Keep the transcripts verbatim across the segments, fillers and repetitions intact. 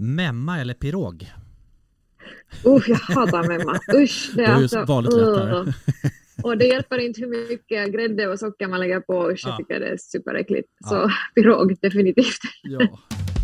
Memma eller pirog? Usch, jag hatar memma. Usch, det är, det är alltså, ju vanligt lättare. Uh. Och det hjälper inte hur mycket grädde och socker man lägger på. Usch, ja. Jag tycker det är superäckligt. Ja. Så pirog, definitivt. Ja.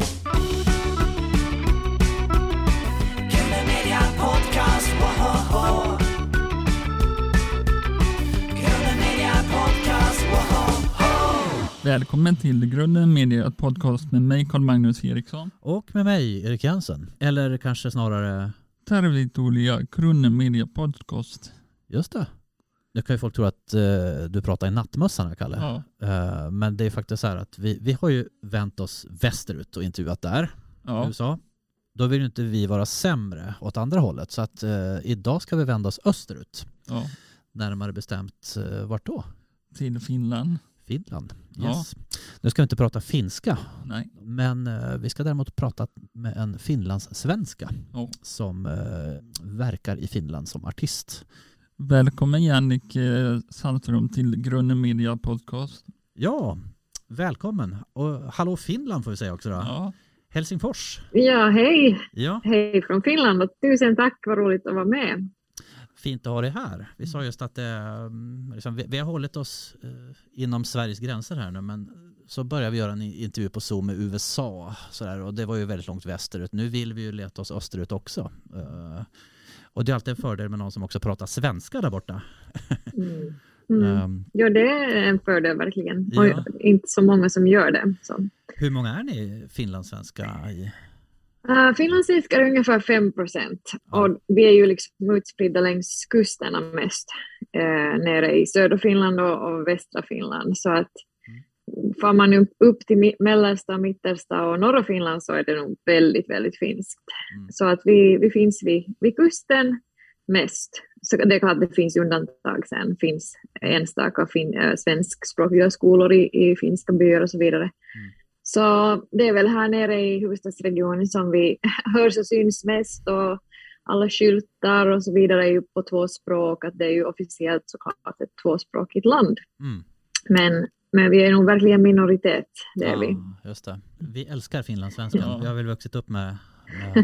Välkommen till Grunden Media podcast med mig Carl-Magnus Eriksson. Och med mig Erik Jensen. Eller kanske snarare... Tarvitolia, Grunden Media podcast. Just det. Nu kan ju folk tro att uh, du pratar i nattmössan här, Kalle. Ja. Uh, men det är faktiskt så här att vi, vi har ju vänt oss västerut och intervjuat där. Ja. I U S A. Då vill ju inte vi vara sämre åt andra hållet. Så att uh, idag ska vi vända oss österut. Ja. Närmare bestämt uh, vart då? Till Finland. Finland, yes. Ja. Nu ska vi inte prata finska. Nej. Men uh, vi ska däremot prata med en finlandssvenska Ja. som uh, verkar i Finland som artist. Välkommen Jannik Sandström till Grunden Media podcast. Ja, välkommen. Och hallå Finland får vi säga också då. Ja. Helsingfors. Ja, hej. Ja. Hej från Finland och tusen tack, vad roligt att vara med. Fint att ha dig här. Vi sa just att det, liksom, vi, vi har hållit oss eh, inom Sveriges gränser här nu, men så börjar vi göra en intervju på Zoom med U S A så där, och det var ju väldigt långt västerut. Nu vill vi ju leta oss österut också. Uh, och det är alltid en fördel med någon som också pratar svenska där borta. Mm. Mm. um, ja, det är en fördel verkligen. Ja. Och inte så många som gör det. Så. Hur många är ni finlandssvenska i? Uh, finlandssvenska är ungefär fem procent. Ja. Och vi är ju liksom utspridda längs kusterna mest. Uh, nere i södra Finland och, och västra Finland. Så att mm. får man upp, upp till mellersta, mittersta och norra Finland så är det nog väldigt, väldigt finskt. Mm. Så att vi, vi finns vid, vid kusten mest. Så det är klart att det finns undantag sen. Finns enstaka fin, äh, svenskspråkiga skolor i, i finska byar och så vidare. Mm. Så det är väl här nere i huvudstadsregionen som vi hörs och syns mest, och alla skyltar och så vidare är ju på två språk, att det är ju officiellt såklart ett tvåspråkigt land. Mm. Men, men vi är nog verkligen minoritet, det är ja, vi. Just det. Vi älskar finlandssvenskan. Ja. Jag har väl vuxit upp med... med...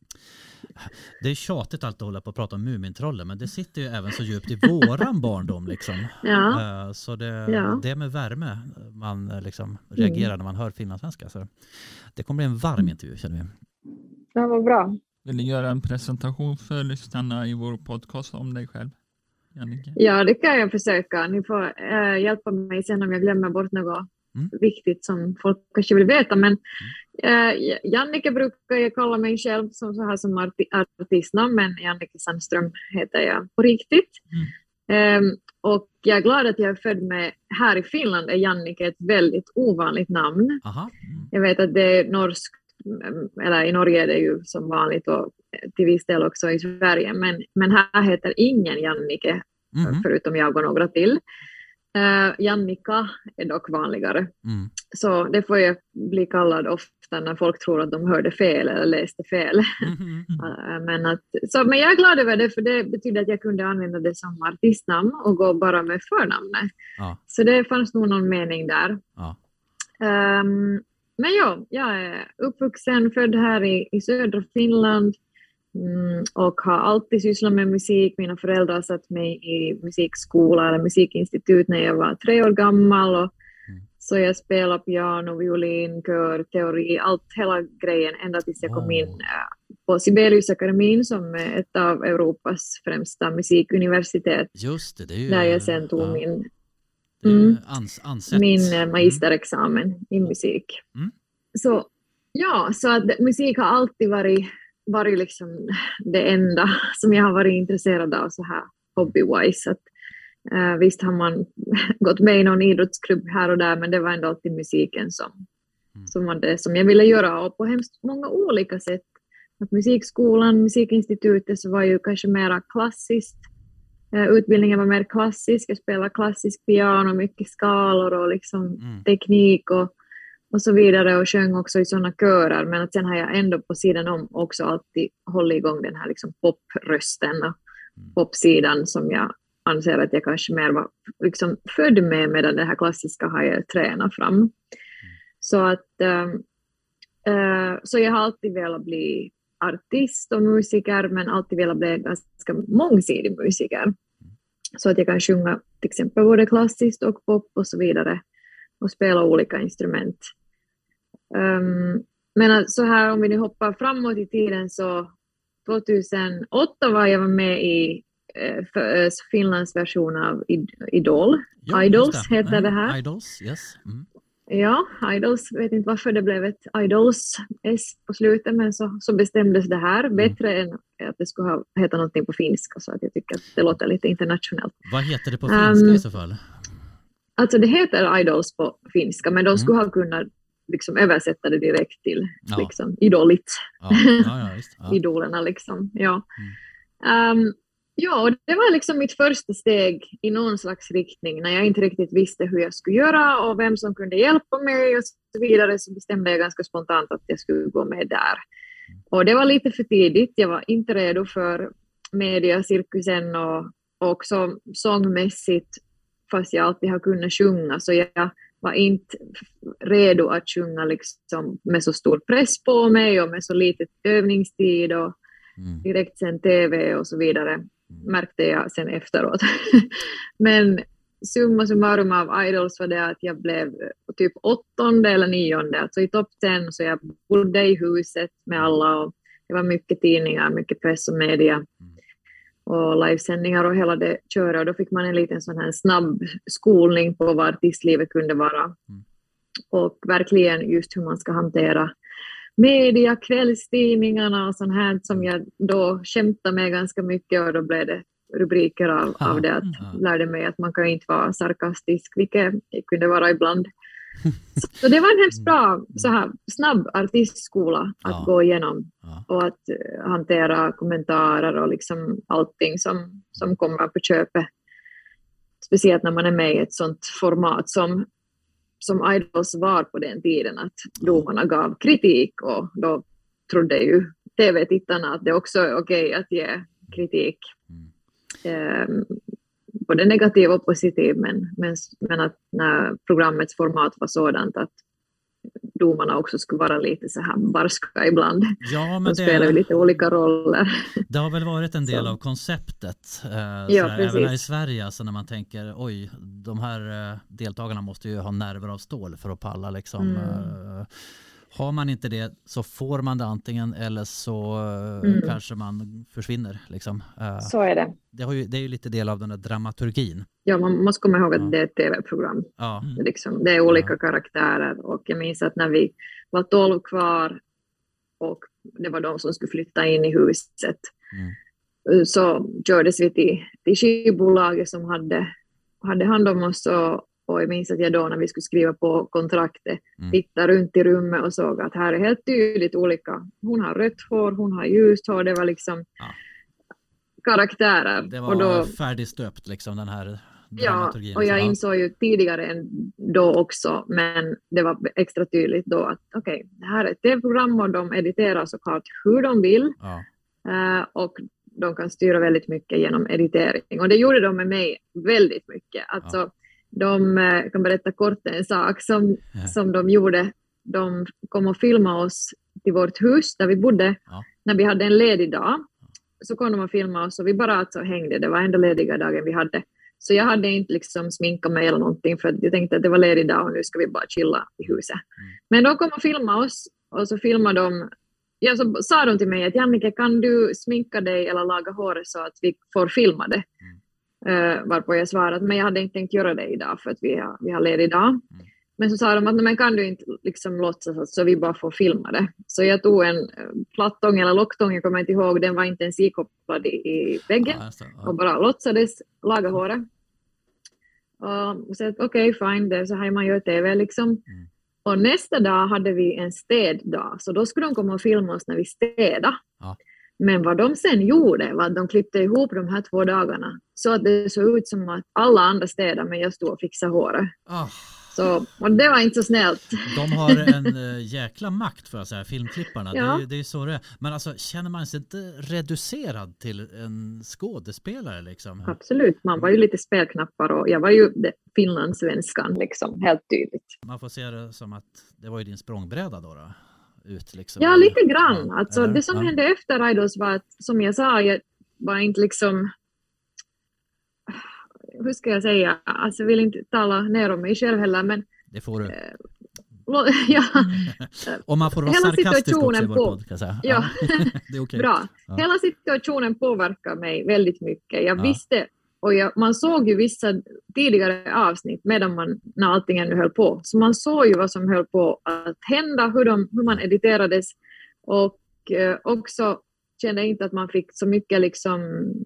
Det är tjatigt allt att hålla på och prata om Mumintrollen, men det sitter ju även så djupt i våran barndom liksom. Ja. Så det, ja. det är med värme man liksom reagerar mm. när man hör finlandssvenska. Så det kommer bli en varm intervju, känner vi. Ja, vad bra. Vill du göra en presentation för lyssnarna i vår podcast om dig själv, Jannike? Ja, det kan jag försöka. Ni får äh, hjälpa mig sen om jag glömmer bort något mm. viktigt som folk kanske vill veta. Men mm. äh, Jannike brukar jag kalla mig själv som, så här som arti- artistnamn, men Jannike Sandström heter jag på riktigt. Mm. Ähm, och jag är glad att jag är född med, här i Finland är Jannike ett väldigt ovanligt namn. Aha. Mm. Jag vet att det är norskt, eller i Norge är det ju som vanligt och till viss del också i Sverige, men, men här heter ingen Jannike mm. förutom jag och några till. Uh, Jannika är dock vanligare. Mm. Så det får jag bli kallad ofta när folk tror att de hörde fel eller läste fel. Mm. uh, men, att, så, men jag är glad över det, för det betyder att jag kunde använda det som artistnamn och gå bara med förnamnet. Ja. Så det fanns nog någon mening där. Ja. Um, Men ja, jag är uppvuxen, född här i, i södra Finland mm, och har alltid sysslat med musik. Mina föräldrar satt mig i musikskola eller musikinstitut när jag var tre år gammal. Och, mm. Så jag spelade piano, violin, kör, teori, allt, hela grejen ända tills jag kom in äh, på Sibeliusakademin som är ett av Europas främsta musikuniversitet. Just det, det är ju... Där jag sen tog ja. min... Mm. Ans- ansett. Min magisterexamen mm. i musik. Mm. Så ja, så att musik har alltid varit, varit liksom det enda som jag har varit intresserad av så här hobby-wise. Att, uh, visst har man gått med i någon idrottsklubb här och där, men det var ändå alltid musiken som, mm. som var det som jag ville göra, och på hemskt många olika sätt. Att musikskolan, musikinstitutet så var ju kanske mera klassiskt. Utbildningen var mer klassisk, jag spelade klassisk piano, mycket skalor och liksom mm. teknik och, och så vidare, och sjöng också i sådana körer, men att sen har jag ändå på sidan om också alltid hållit igång den här liksom poprösten och mm. popsidan som jag anser att jag kanske mer var liksom född med, medan det här klassiska har jag tränat fram. Mm. Så att Uh, så jag har alltid velat bli artist och musiker, men alltid velat bli ganska mångsidig musiker. Så att jag kan sjunga till exempel både klassiskt och pop och så vidare. Och spela olika instrument. Um, men så här om vi nu hoppar framåt i tiden så tjugohundraåtta var jag med i uh, för, uh, Finlands version av Idol. Ja, Idols det. heter Mm, det här. Idols, yes. Mm. Ja, Idols. Vet inte varför det blev ett Idols S på slutet, men så, så bestämdes det här. Bättre mm. än att det skulle ha heta någonting på finska, så att jag tycker att det låter lite internationellt. Vad heter det på finska um, i så fall? Alltså det heter Idols på finska, men de mm. skulle ha kunnat liksom översätta det direkt till ja. liksom, idolit. Ja, ja, ja, just, ja. Idolerna liksom, ja. Mm. Um, ja, och det var liksom mitt första steg i någon slags riktning när jag inte riktigt visste hur jag skulle göra och vem som kunde hjälpa mig och så vidare, så bestämde jag ganska spontant att jag skulle gå med där. Och det var lite för tidigt, jag var inte redo för mediacirkusen och också sångmässigt, fast jag alltid har kunnat sjunga, så jag var inte redo att sjunga liksom med så stor press på mig och med så lite övningstid och mm. direkt sen tv och så vidare, märkte jag sen efteråt. Men summa summarum av Idols var det att jag blev typ åttonde eller nionde, alltså i topp ten, så jag bodde i huset med alla och det var mycket tidningar, mycket press och media och livesändningar och hela det köra, och då fick man en liten sån här snabb skolning på vad artistlivet kunde vara mm. och verkligen just hur man ska hantera media, kvällstidningarna och sånt här som jag då skämtade med ganska mycket, och då blev det rubriker av, av det, att jag lärde mig att man kan inte vara sarkastisk, vilket jag kunde vara ibland. Så, så det var en hemskt bra så här, snabb artistskola att ja. gå igenom ja. och att uh, hantera kommentarer och liksom allting som, som kommer på köpet. Speciellt när man är med i ett sånt format som, som Idols var på den tiden, att domarna gav kritik, och då trodde ju tv-tittarna att det också är okej att ge kritik. Mm. Um, både negativ och positiv, men, men, men att när programmets format var sådant att domarna också skulle vara lite så här barska ibland. Ja, men de spelar ju lite olika roller. Det har väl varit en del så. av konceptet. Eh, ja, även här i Sverige, alltså när man tänker, oj, de här eh, deltagarna måste ju ha nerver av stål för att palla liksom. Mm. Eh, Har man inte det så får man det antingen, eller så mm. kanske man försvinner. Liksom. Så är det. Det, har ju, det är ju lite del av den där dramaturgin. Ja, man måste komma ihåg att ja. det är ett tv-program. Ja. Liksom, det är olika ja. karaktärer, och jag minns att när vi var tolv kvar och det var de som skulle flytta in i huset mm. så kördes vi till, till skivbolaget som hade, hade hand om oss, och Och jag minns att jag då när vi skulle skriva på kontraktet mm. tittade runt i rummet och såg att här är helt tydligt olika. Hon har rött hår, hon har ljust hår. Det var liksom ja. karaktärer. Det var och då, färdigstöpt liksom den här dramaturgin. Ja, och jag insåg ju tidigare än då också, men det var extra tydligt då att okej, okay, det här är ett tv-program och de editerar såklart hur de vill. Ja. Uh, och de kan styra väldigt mycket genom editering. Och det gjorde de med mig väldigt mycket. Alltså, ja. De jag kan berätta kort en sak som, ja. som de gjorde. De kom och filmade oss till vårt hus där vi bodde. Ja. När vi hade en ledig dag så kom de och filmade oss, och vi bara alltså hängde. Det var enda lediga dagen vi hade. Så jag hade inte liksom sminkat mig eller någonting, för jag tänkte att det var ledig dag och nu ska vi bara chilla i huset. Mm. Men de kom och filmade oss, och så filmade de. Ja, så sa de till mig att Jannike, kan du sminka dig eller laga håret så att vi får filma det? Mm. Uh, varpå jag svarade att men jag hade inte tänkt göra det idag för att vi har, vi har ledig dag. Mm. Men så sa de att men kan du inte liksom låtsas att så vi bara får filma det. Så jag tog en plattång eller locktång, jag kommer inte ihåg, den var inte ens ikopplad i, i väggen. Ja, ja. Och bara låtsades laga håret. Och så att okej, okay, fine, det är så här man gör tv liksom. Mm. Och nästa dag hade vi en städdag, så då skulle de komma och filma oss när vi städade. Ja. Men vad de sen gjorde var att de klippte ihop de här två dagarna så att det såg ut som att alla andra städade, men jag stod och fixade håret. Oh. Så, och det var inte så snällt. De har en äh, jäkla makt för att säga, filmklipparna. Ja. Det är ju det är så det är. Men alltså, känner man sig inte reducerad till en skådespelare liksom? Absolut, man var ju lite spelknappar, och jag var ju finlandssvenskan liksom, helt tydligt. Man får se det som att det var ju din språngbräda då då? ut liksom? Ja, lite grann. Ja, alltså, det som ja. hände efter Idols var att, som jag sa, jag var inte liksom... Hur ska jag säga? Alltså, jag vill inte tala ner om mig själv heller, men... Det får du. Äh, ja. Om man får vara sarkastisk också i vår på, podd, kan jag säga. Ja, det är okay. Bra. Ja. Hela situationen påverkar mig väldigt mycket. Jag ja. visste, och jag, man såg ju vissa tidigare avsnitt medan man, när allting ännu höll på. Så man såg ju vad som höll på att hända, hur, de, hur man editerades. Och eh, också kände jag inte att man fick så mycket liksom,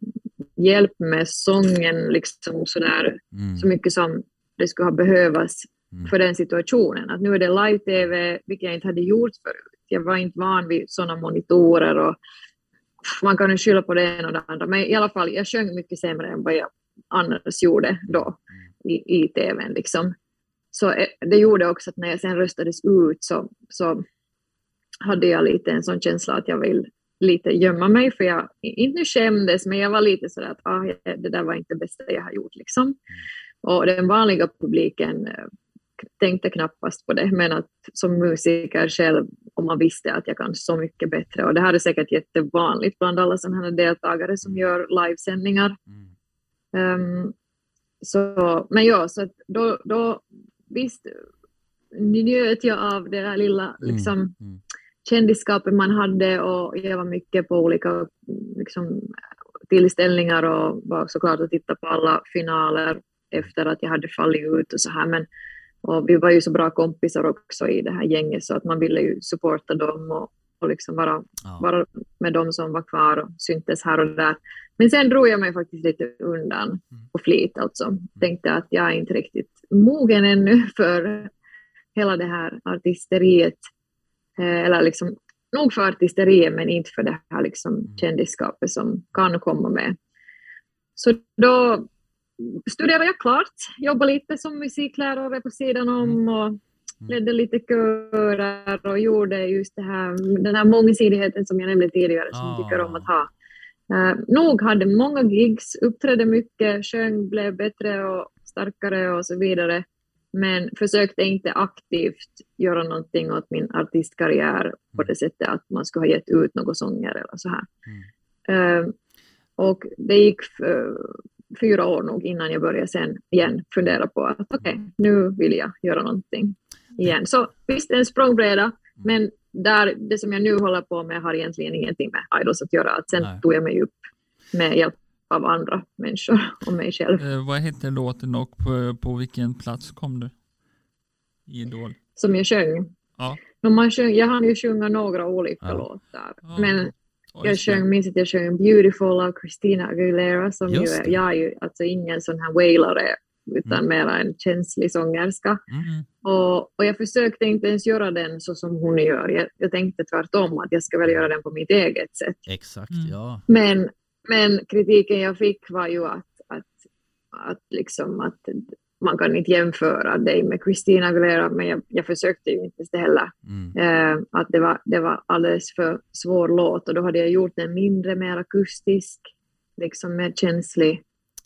hjälp med sången, liksom, sådär, mm. så mycket som det skulle ha behövas. Mm. För den situationen. Att nu är det live-tv, vilket jag inte hade gjort förut. Jag var inte van vid sådana monitorer och man kan ju skylla på det ena och det andra. Men i alla fall, jag sjöng mycket sämre än vad jag annars gjorde då i, i tvn liksom. Så det gjorde också att när jag sen röstades ut så, så hade jag lite en sån känsla att jag vill lite gömma mig. För jag inte skämdes, men jag var lite sådär att ah, det där var inte det bästa jag har gjort liksom. Och den vanliga publiken tänkte knappast på det, men att som musiker själv, om man visste att jag kan så mycket bättre, och det här är säkert jättevanligt bland alla sådana här deltagare som gör livesändningar. Mm. Um, så, men ja, så att då, då visst njöt jag av det där lilla liksom, mm. Mm. kändisskapet man hade, och jag var mycket på olika liksom, tillställningar och var såklart att titta på alla finaler efter att jag hade fallit ut och så här, men och vi var ju så bra kompisar också i det här gänget, så att man ville ju supporta dem och, och liksom vara, ja. vara med dem som var kvar och syntes här och där. Men sen drog jag mig faktiskt lite undan mm. på flit alltså. Mm. Tänkte att jag är inte riktigt mogen ännu för hela det här artisteriet. Eh, eller liksom, nog för artisteriet, men inte för det här liksom mm. kändisskapet som kan komma med. Så då studerade jag klart, jobbade lite som musiklärare på sidan om och ledde lite körer och gjorde just det här, den här mångsidigheten som jag nämnde tidigare, som jag tycker om att ha. Uh, nog hade många gigs, uppträdde mycket, sjöng, blev bättre och starkare och så vidare, men försökte inte aktivt göra någonting åt min artistkarriär på det sättet att man skulle ha gett ut några sånger eller så här. Mm. Uh, och det gick uh, fyra år nog innan jag började sen igen fundera på att okej, okay, nu vill jag göra någonting igen. Så visst, en språngbräda, men där, det som jag nu håller på med har egentligen ingenting med Idols att göra. Att sen Nej. tog jag mig upp med hjälp av andra människor och mig själv. Eh, vad heter låten och på, på vilken plats kom du i Idol? Som jag sjöng? Ja. När man sjöng, jag hann ju sjunga några olika ja. låtar. Ja. Men jag sjöng, minns att jag sjöng Beautiful av Christina Aguilera, som ju är, jag är ju alltså ingen sån här wailare, utan mm. mera en känslig sångerska. Mm. Och, och jag försökte inte ens göra den så som hon gör. Jag, jag tänkte tvärtom att jag ska väl göra den på mitt eget sätt. Exakt, mm. ja. Men, men kritiken jag fick var ju att, att, att, liksom att man kan inte jämföra dig med Christina Aguilera, men jag, jag försökte ju inte det heller. Mm. Eh, att det var, det var alldeles för svår låt, och då hade jag gjort den mindre, mer akustisk, liksom mer känslig.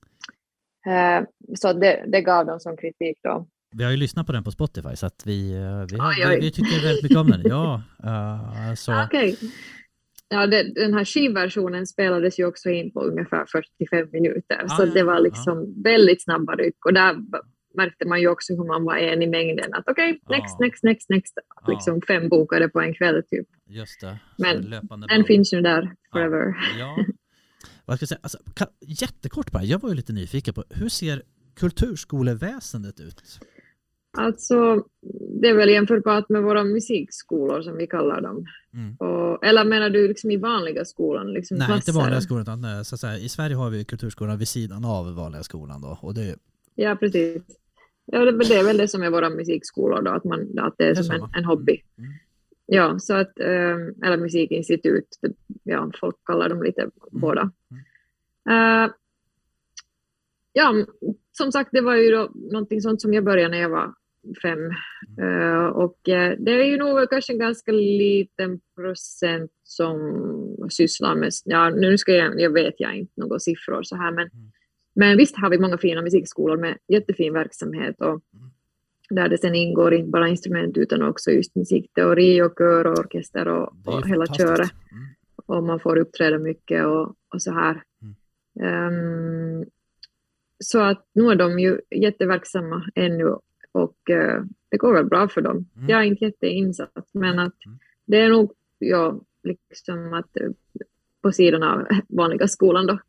Eh, så det, det gav dem som kritik då. Vi har ju lyssnat på den på Spotify, så att vi, vi, har, vi, vi tycker väldigt mycket om den. Ja, uh, så... Okej. Okay. Ja, det, den här skivversionen spelades ju också in på ungefär fyrtiofem minuter. Ah, så ja, det var liksom ja. väldigt snabba ryck. Och där märkte man ju också hur man var en i mängden. Att okej, okay, next, ah. next, next, next. Ah. Liksom fem bokade på en kväll typ. Just det. Men den finns ju där forever. Ah. Ja. Vad ska jag säga? Alltså, kan, jättekort bara, jag var ju lite nyfiken på hur ser kulturskoleväsendet ut? Alltså, det är väl jämförbart med våra musikskolor som vi kallar dem. Mm. Och, eller menar du liksom i vanliga skolan? Liksom nej, klasser? Inte vanliga skolan. Utan, så att säga, i Sverige har vi kulturskolan vid sidan av vanliga skolan. Då, och det... Ja, precis. Ja, det, det är väl det som är våra musikskolor då, att, man, att det är, det är som en, en hobby. Mm. Ja, så att, eller musikinstitut, ja, folk kallar dem lite mm. båda. Mm. Uh, ja, som sagt, det var ju då någonting sånt som jag började när jag var fem. Uh, och uh, det är ju nog kanske en ganska liten procent som sysslar med, ja, nu ska jag, jag vet jag inte några siffror så här, men, mm. men visst har vi många fina musikskolor med jättefin verksamhet, och där det sen ingår inte bara instrument utan också just musikteori och kör och orkester och, och hela köret. Mm. Och man får uppträda mycket och, och så här. Mm. Um, så att nu är de ju jätteverksamma ännu och uh, det går väl bra för dem. Mm. Jag är inte jätteinsatt men att mm. det är nog ja, liksom att uh, på sidan av vanliga skolan då mm.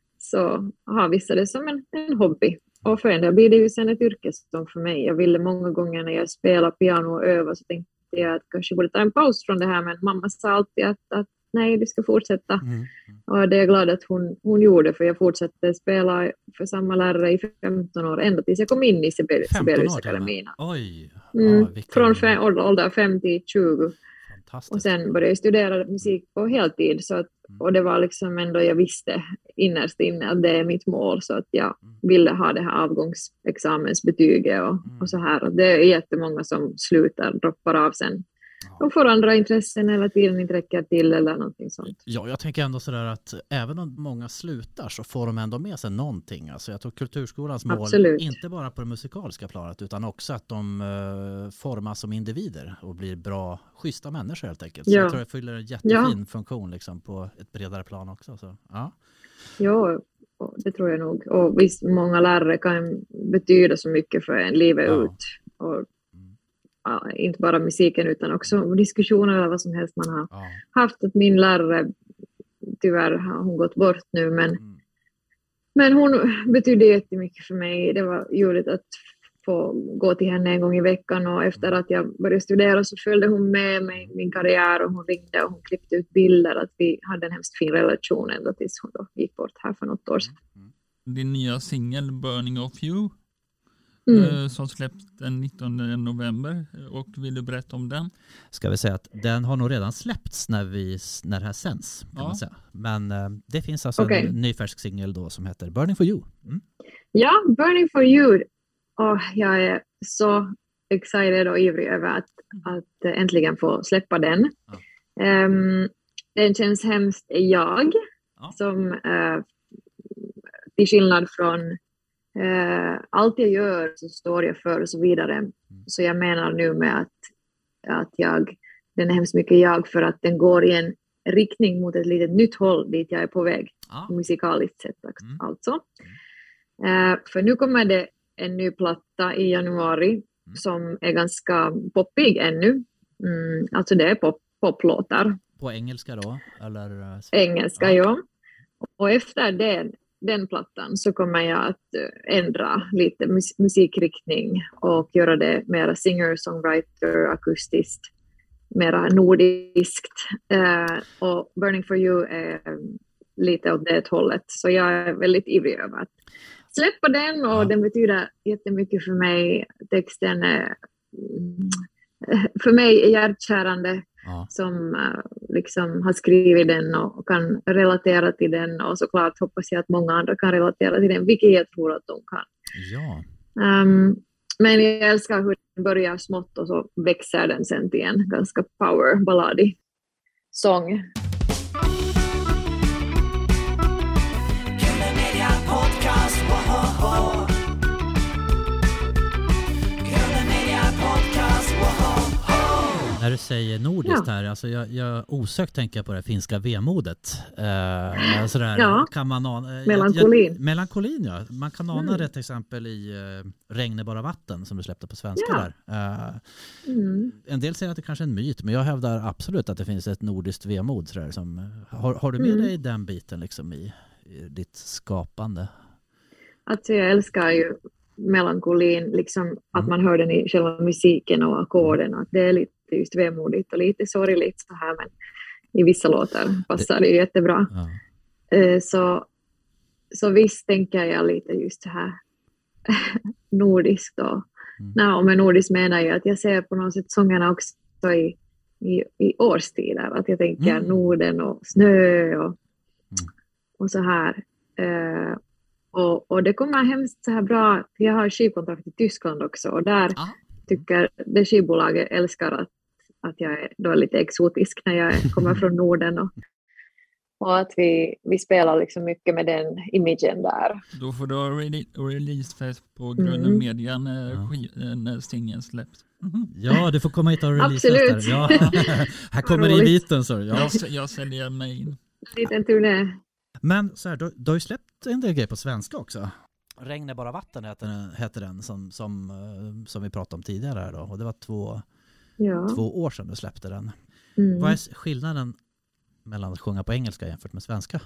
så har vissa det som en, en hobby. Och för en del blir det ju sen ett yrke som för mig. Jag ville många gånger när jag spelar piano och övar så tänkte jag att kanske borde ta en paus från det här. Men mamma sa alltid att, att nej, du ska fortsätta. Mm. Och det är jag glad att hon, hon gjorde för jag fortsatte spela för samma lärare i femton år ända tills jag kom in i Sibeliusakademin. Oj! Mm. Ja, från fem, ålder fem till tjugo. Och sen började jag studera musik på heltid så att, och det var liksom ändå jag visste innerst inne att det är mitt mål så att jag ville ha det här avgångsexamensbetyget och, och så här. Och det är jättemånga som slutar, droppar av sen och får andra intressen hela tiden inte räcker till eller någonting sånt. Ja, jag tänker ändå sådär att även om många slutar så får de ändå med sig någonting. Alltså jag tror kulturskolans mål, Absolut. Inte bara på det musikaliska planet utan också att de uh, formas som individer och blir bra, schyssta människor helt enkelt. Så ja. Jag tror det fyller en jättefin ja. funktion liksom, på ett bredare plan också. Så, ja. Ja, det tror jag nog. Och visst, många lärare kan betyda så mycket för en livet ja. ut. Och ja, inte bara musiken utan också diskussioner eller vad som helst man har ja. haft. Att min lärare, tyvärr har hon gått bort nu, men, mm. men hon betydde jättemycket för mig. Det var roligt att få gå till henne en gång i veckan och efter att jag började studera så följde hon med mig min karriär och hon ringde och hon klippte ut bilder. Att vi hade en hemskt fin relation ända tills hon då gick bort här för något år sedan. Mm. Din nya singel Burning of You Mm. som släpps den nittonde november och vill du berätta om den? Ska vi säga att den har nog redan släppts när, vi, när det här sänds kan ja. man säga. Men uh, det finns alltså okay. en ny färsk singel då som heter Burning for You. Mm. Ja, Burning for You. Oh, jag är så excited och ivrig över att, att äntligen få släppa den. Ja. Um, den känns hemskt jag ja. som uh, till skillnad från Uh, allt jag gör så står jag för och så vidare. Mm. Så jag menar nu med att, att jag, den är hemskt mycket jag för att den går i en riktning mot ett litet nytt håll dit jag är på väg. Ah. Musikaliskt sett mm. alltså. Uh, för nu kommer det en ny platta i januari mm. som är ganska poppig ännu. Mm, alltså det är pop, poplåtar. På engelska då? Eller? Engelska, ah. ja. Och efter det den plattan så kommer jag att ändra lite mus- musikriktning och göra det mera singer-songwriter, akustiskt, mera nordiskt. Uh, och Burning for You är lite åt det hållet. Så jag är väldigt ivrig över att släppa den och ja. den betyder jättemycket för mig. Texten är för mig hjärtkärande. Ja. Som uh, liksom har skrivit den och kan relatera till den och såklart hoppas jag att många andra kan relatera till den, vilket jag tror att de kan. Ja. Um, men jag älskar hur den börjar smått och så växer den sen till en ganska power-balladig sång. När du säger nordiskt ja. här, alltså jag, jag osökt tänker på det finska vemodet. Eh, sådär, ja, kan man ana, melankolin. Jag, jag, melankolin, ja. Man kan ana mm. det till exempel i uh, Regn är bara vatten som du släppte på svenska ja. där. Uh, mm. En del säger att det kanske är en myt, men jag hävdar absolut att det finns ett nordiskt vemod. Sådär, som, har, har du med mm. dig den biten liksom i, i ditt skapande? Alltså jag älskar ju melankolin, liksom mm. att man hör den i själva musiken och ackorden, att det är lite just vemodigt och lite sorgligt så här, men i vissa låtar passar det ju jättebra. Ja. Så, så visst tänker jag lite just så här nordiskt då. Mm. Nej, och med nordiskt menar jag att jag ser på något sätt sångerna också i, i, i årstider, att jag tänker mm. Norden och snö och, mm. och så här. Uh, och, och det kommer hemskt så här bra, jag har skivkontrakt i Tyskland också och där ah. tycker det skivbolaget älskar att att jag är då lite exotisk när jag kommer från Norden och, Och att vi, vi spelar liksom mycket med den imagen där. Då får du ha re- releasefest på Grunden mm. Media när, ja. när singeln släpps. Mm. Ja, du får komma hit och releasefest där. Ja. Här kommer inviten. Så. Ja. Jag, jag säljer mig in. Liten turné. Men så här, du, du har ju släppt en del grejer på svenska också. Regn är bara vatten heter, heter den som, som, som vi pratade om tidigare här då. Och det var två, ja. två år sedan du släppte den. Mm. Vad är skillnaden mellan att sjunga på engelska jämfört med svenska?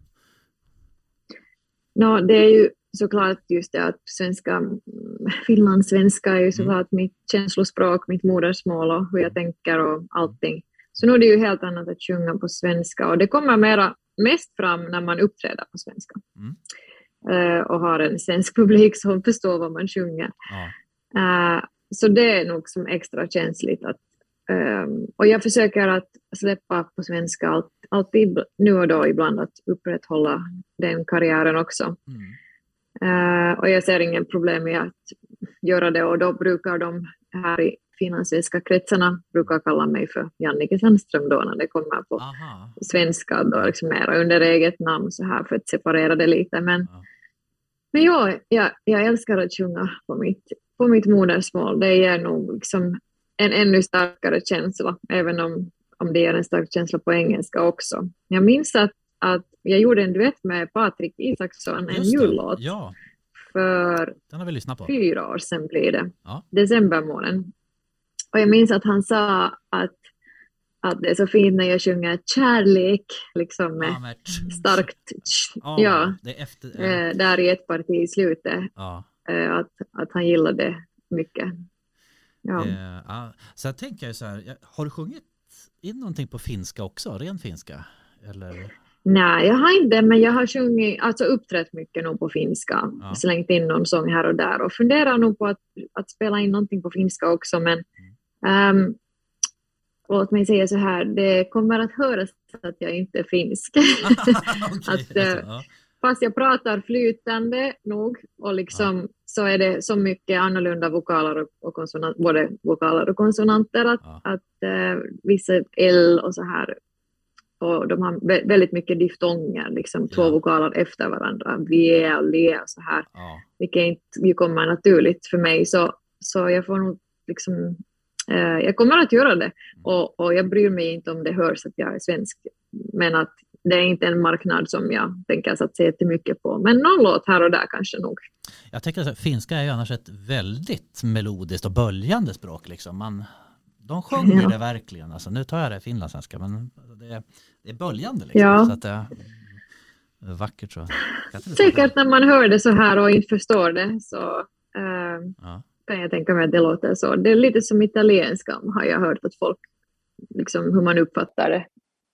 No, det är ju såklart just det att svenska, finlandssvenska är ju såklart mm. mitt känslospråk, mitt modersmål och hur jag tänker och allting. Så nu är det ju helt annat att sjunga på svenska och det kommer mera, mest fram när man uppträder på svenska. Mm. Uh, och har en svensk publik som förstår vad man sjunger. Ja. Uh, så det är nog som extra känsligt att Um, och jag försöker att släppa på svenska allt, alltid nu och då ibland att upprätthålla den karriären också. Mm. Uh, och jag ser ingen problem med att göra det och då brukar de här i finlandssvenska kretsarna brukar kalla mig för Jannike Sandström då när det kommer på Aha. svenska då liksom mera under eget namn så här för att separera det lite. Men, ja. men jag, jag, jag älskar att sjunga på mitt, på mitt modersmål. Det är nog liksom en ännu starkare känsla, även om, om det är en stark känsla på engelska också. Jag minns att, att jag gjorde en duett med Patrik Isaksson, en jullåt, ja. för Den har vi lyssnat på. fyra år sedan blir det, ja. decembermånaden. Och jag minns att han sa att, att det är så fint när jag sjunger kärlek, liksom med ja, starkt, ja, ja, det är efter, ja. där i ett parti i slutet, ja. att, att han gillade mycket. Ja. Eh, ah, så jag tänker så här, har du sjungit in någonting på finska också, ren finska? Eller? Nej, jag har inte, men jag har sjungit, alltså uppträtt mycket nog på finska, ja. slängt in någon sång här och där och funderar nog på att, att spela in någonting på finska också, men mm. um, låt mig säga så här, det kommer att höras att jag inte är finsk. okay, att, uh, ja. Fast jag pratar flytande nog och liksom ja. så är det så mycket annorlunda vokaler och, och konsonanter, både vokaler och konsonanter att, ja. att uh, vissa L och så här och de har väldigt mycket diftonger, liksom ja. två vokaler efter varandra, V och le och så här, ja. vilket inte kommer naturligt för mig, så, så jag får nog liksom uh, jag kommer att göra det och, och jag bryr mig inte om det hörs att jag är svensk, men att det är inte en marknad som jag tänker satsa jättemycket på. Men någon låt här och där kanske nog. Jag tänker att finska är ju annars ett väldigt melodiskt och böljande språk. Liksom. Man, de sjunger ja. det verkligen. Alltså, nu tar jag det finlandssvenska, men det är, det är böljande. Liksom, ja. Så att det är vackert. Så. Säkert när man hör det så här och inte förstår det så äh, ja. kan jag tänka mig att det låter så. Det är lite som italienska har jag hört att folk, liksom hur man uppfattar det.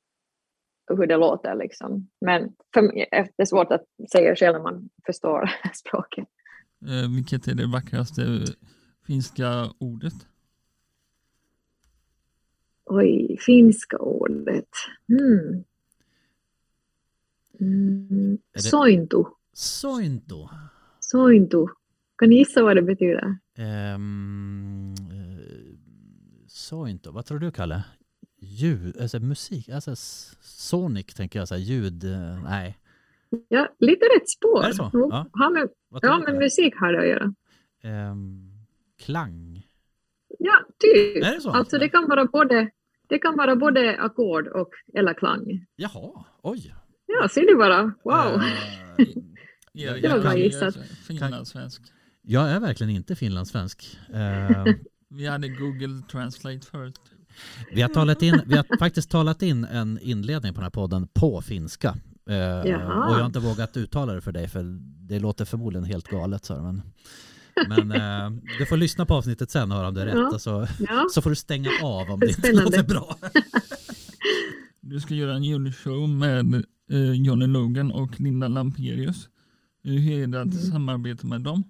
Hur det låter liksom. Men för mig är det svårt att säga själv när man förstår språket. Eh, vilket är det vackraste finska ordet? Oj, finska ordet. Mm. Mm. Det... Sointu. Sointu. Sointu. Kan ni gissa vad det betyder? Um, uh, sointu. Vad tror du, Kalle? Ljud, alltså musik, alltså sonic tänker jag, så här, ljud, nej. Ja, lite rätt spår. Är det så? Ja, ja men, ja, men musik har det att göra. Um, klang. Ja, typ. Är det så? Alltså det kan vara både, det kan vara både ackord och eller klang. Jaha, oj. Ja, ser du bara, wow. Uh, ja, det var bra gissat. Finlandssvensk. Jag är verkligen inte finlandssvensk. Uh, Vi hade Google Translate förut. Vi har, talat in, vi har faktiskt talat in en inledning på den här podden på finska. Uh, och jag har inte vågat uttala det för dig för det låter förmodligen helt galet. Så, men men uh, du får lyssna på avsnittet sen och höra om det är rätt. Ja. Och så, ja. så får du stänga av om det inte låter bra. Du ska göra en julshow med uh, Johnny Logan och Linda Lamperius. Hur är det att mm. samarbeta med dem?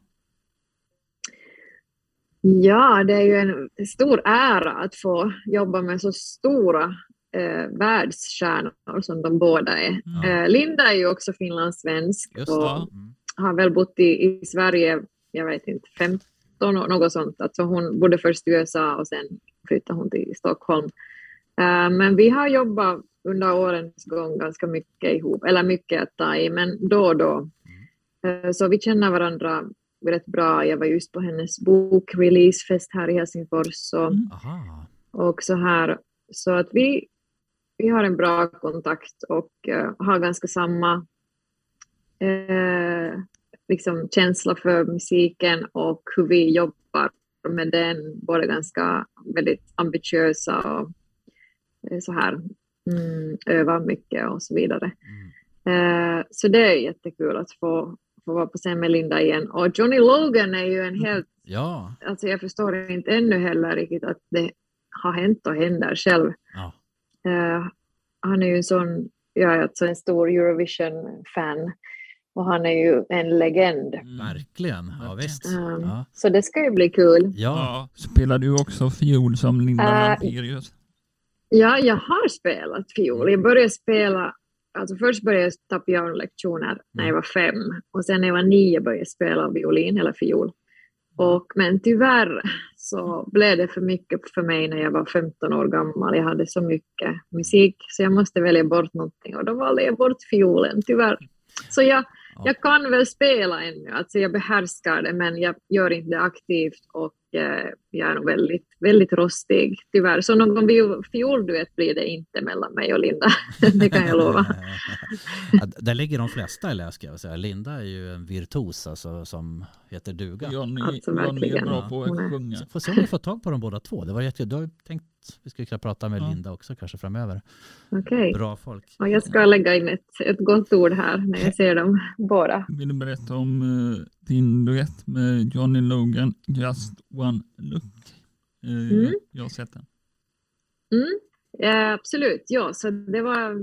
Ja, det är ju en stor ära att få jobba med så stora eh, världsstjärnor som de båda är. Ja. Eh, Linda är ju också finlandssvensk och mm. har väl bott i, i Sverige, jag vet inte, femton år, något sånt. Alltså hon bodde först i U S A och sen flyttade hon till Stockholm. Eh, men vi har jobbat under årens gång ganska mycket ihop, eller mycket att ta i, men då och då. Mm. Så vi känner varandra rätt bra. Jag var just på hennes bokreleasefest här i Helsingfors och, Mm. och så här. Så att vi, vi har en bra kontakt och uh, har ganska samma uh, liksom känsla för musiken och hur vi jobbar med den. Både ganska väldigt ambitiösa och uh, så här mm, övar mycket och så vidare. Mm. Uh, så det är jättekul att få få vara på scen med Linda igen. Och Johnny Logan är ju en helt... Ja. Alltså jag förstår inte ännu heller riktigt att det har hänt och händer själv. Ja. Uh, han är ju en sån... Jag är alltså en stor Eurovision-fan. Och han är ju en legend. Mm. Verkligen, ja visst. Um, ja. Så det ska ju bli kul. Ja. Ja. Spelar du också fiol som Linda uh, Lamperius? Ja, jag har spelat fiol. Jag började spela... Alltså först började jag ta pianolektioner när jag var fem. Och sen när jag var nio började jag spela violin eller fiol. Och, men tyvärr så blev det för mycket för mig när jag var femton år gammal. Jag hade så mycket musik så jag måste välja bort någonting. Och då valde jag bort fiolen, tyvärr. Så jag, jag kan väl spela ännu. Alltså jag behärskar det men jag gör inte det aktivt. Och eh, jag är nog väldigt, väldigt rostig, tyvärr. Så någon fiolduett blir det inte mellan mig och Linda. Det kan jag lova. Ja, där ligger de flesta, eller ska jag säga. Linda är ju en virtuos alltså, som heter duga. Johnny, alltså, Johnny är bra på att sjunga. Får se om vi får tag på dem båda två. Det var jättekul. Du har tänkt vi skulle kunna prata med ja. Linda också kanske framöver. Okej. Bra folk. Och jag ska lägga in ett, ett gott ord här när jag ser dem båda. Vill du berätta om uh, din duett med Johnny Logan, Just One Look? Uh, mm. Jag har sett den. Mm. Ja, absolut, ja. Så det var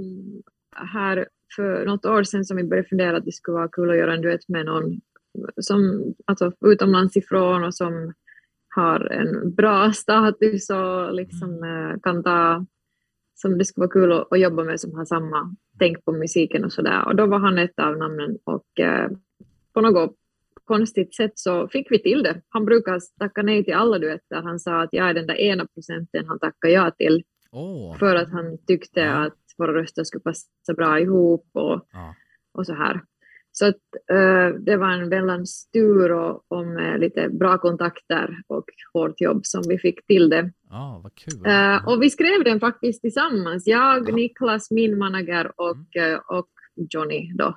här för något år sedan som vi började fundera att det skulle vara kul att göra en duett med någon som alltså, utomlands ifrån och som har en bra status och liksom mm. kan ta, som det skulle vara kul att, att jobba med, som har samma tänk på musiken och sådär. Och då var han ett av namnen och eh, på något konstigt sätt så fick vi till det. Han brukar tacka nej till alla duetter. Han sa att jag är den där ena procenten han tackar ja till. Oh. För att han tyckte ja. att våra röster skulle passa bra ihop och, ja. och så här. Så att, uh, det var en väldigt stor och om uh, lite bra kontakter och hårt jobb som vi fick till det. Ah, vad kul. Uh, och vi skrev den faktiskt tillsammans. Jag, ja. Niklas, min manager och, mm. uh, och Johnny då.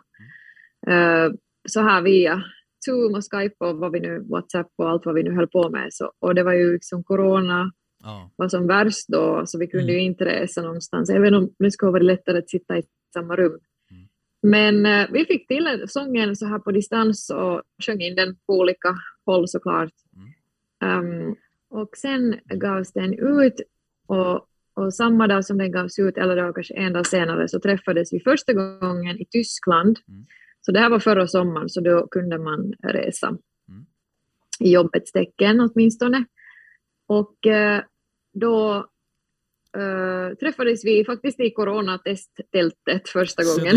Uh, så här via Zoom och Skype och vad vi nu, WhatsApp och allt vad vi nu höll på med. Så, och det var ju liksom corona ja. var som värst då, så vi kunde mm. ju inte resa någonstans. Även om det skulle vara lättare att sitta i samma rum. Mm. Men uh, vi fick till sången så här på distans och sjöng in den på olika håll såklart. Mm. Um, och sen gavs den ut och, och samma dag som den gavs ut, eller då kanske en dag senare, så träffades vi första gången i Tyskland. Mm. Så det här var förra sommaren, så då kunde man resa mm. i jobbets tecken åtminstone. Och eh, då eh, träffades vi faktiskt i coronatesttältet första gången.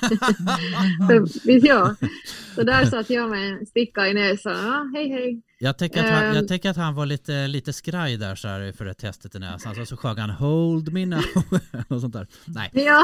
så, ja. så där satt jag med en sticka i näsan. Ja, hej hej. Jag tänker, att han, jag tänker att han var lite, lite skraj där så här för det testet i näsan. Så, så sjöng han Hold me now. och sånt där. Nej. Ja.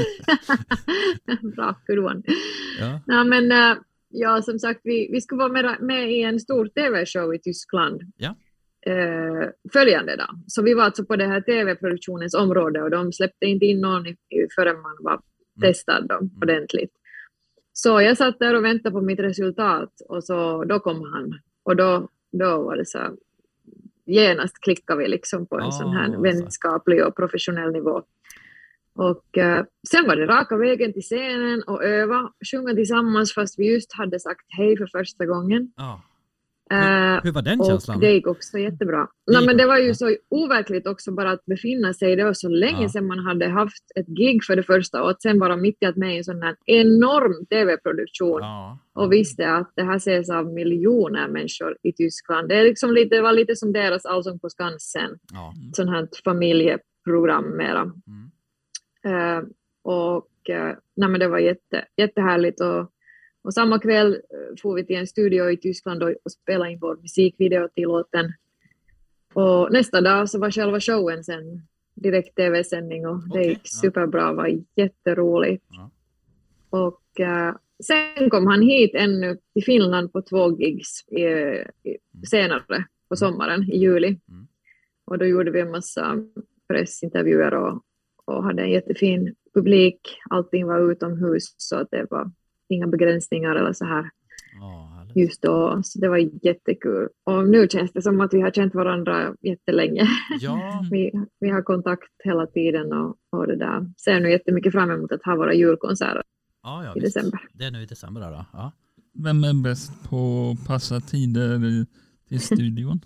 Bra, kurvan. Ja. Ja, men ja, som sagt, vi, vi skulle vara med, med i en stor tv-show i Tyskland. Ja. Eh, följande dag. Så vi var alltså på det här tv-produktionens område och de släppte inte in någon förrän man var testad då, ordentligt. Så jag satt där och väntade på mitt resultat och så då kom han. Och då, då var det så genast klickade vi liksom på en oh, sån här vänskaplig och professionell nivå. Och uh, sen var det raka vägen till scenen och öva, sjunga tillsammans fast vi just hade sagt hej för första gången. Oh. Hur, hur var den känslan? Och det gick också jättebra. Nej, men det var ju så overkligt också bara att befinna sig. Det var så länge ja. sedan man hade haft ett gig för det första och att sen vara mitt i att med i en sån här enorm tv-produktion ja. och visste att det här ses av miljoner människor i Tyskland. Det, är liksom lite, det var lite som deras Allsång på Skansen. Ja. Sån här familjeprogram mera. Mm. Uh, och uh, nej, men det var jätte, jättehärligt och Och samma kväll får vi till en studio i Tyskland och, och spelade in vår musikvideo till låten. Och nästa dag så var själva showen sen direkt tv-sändning och okay, det gick superbra, ja. var jätteroligt. Ja. Och uh, sen kom han hit ännu till Finland på två gigs i, i, senare på sommaren i juli. Mm. Och då gjorde vi en massa pressintervjuer och, och hade en jättefin publik. Allting var utomhus så att det var inga begränsningar eller så här. Oh, just då. Så det var jättekul. Och nu känns det som att vi har känt varandra jättelänge. Ja. vi, vi har kontakt hela tiden och, och det där. Ser nu jättemycket fram emot att ha våra julkonserter ja, ja, i visst. december. Det är nu i december då. Ja. Vem är bäst på att passa tider i, i studion?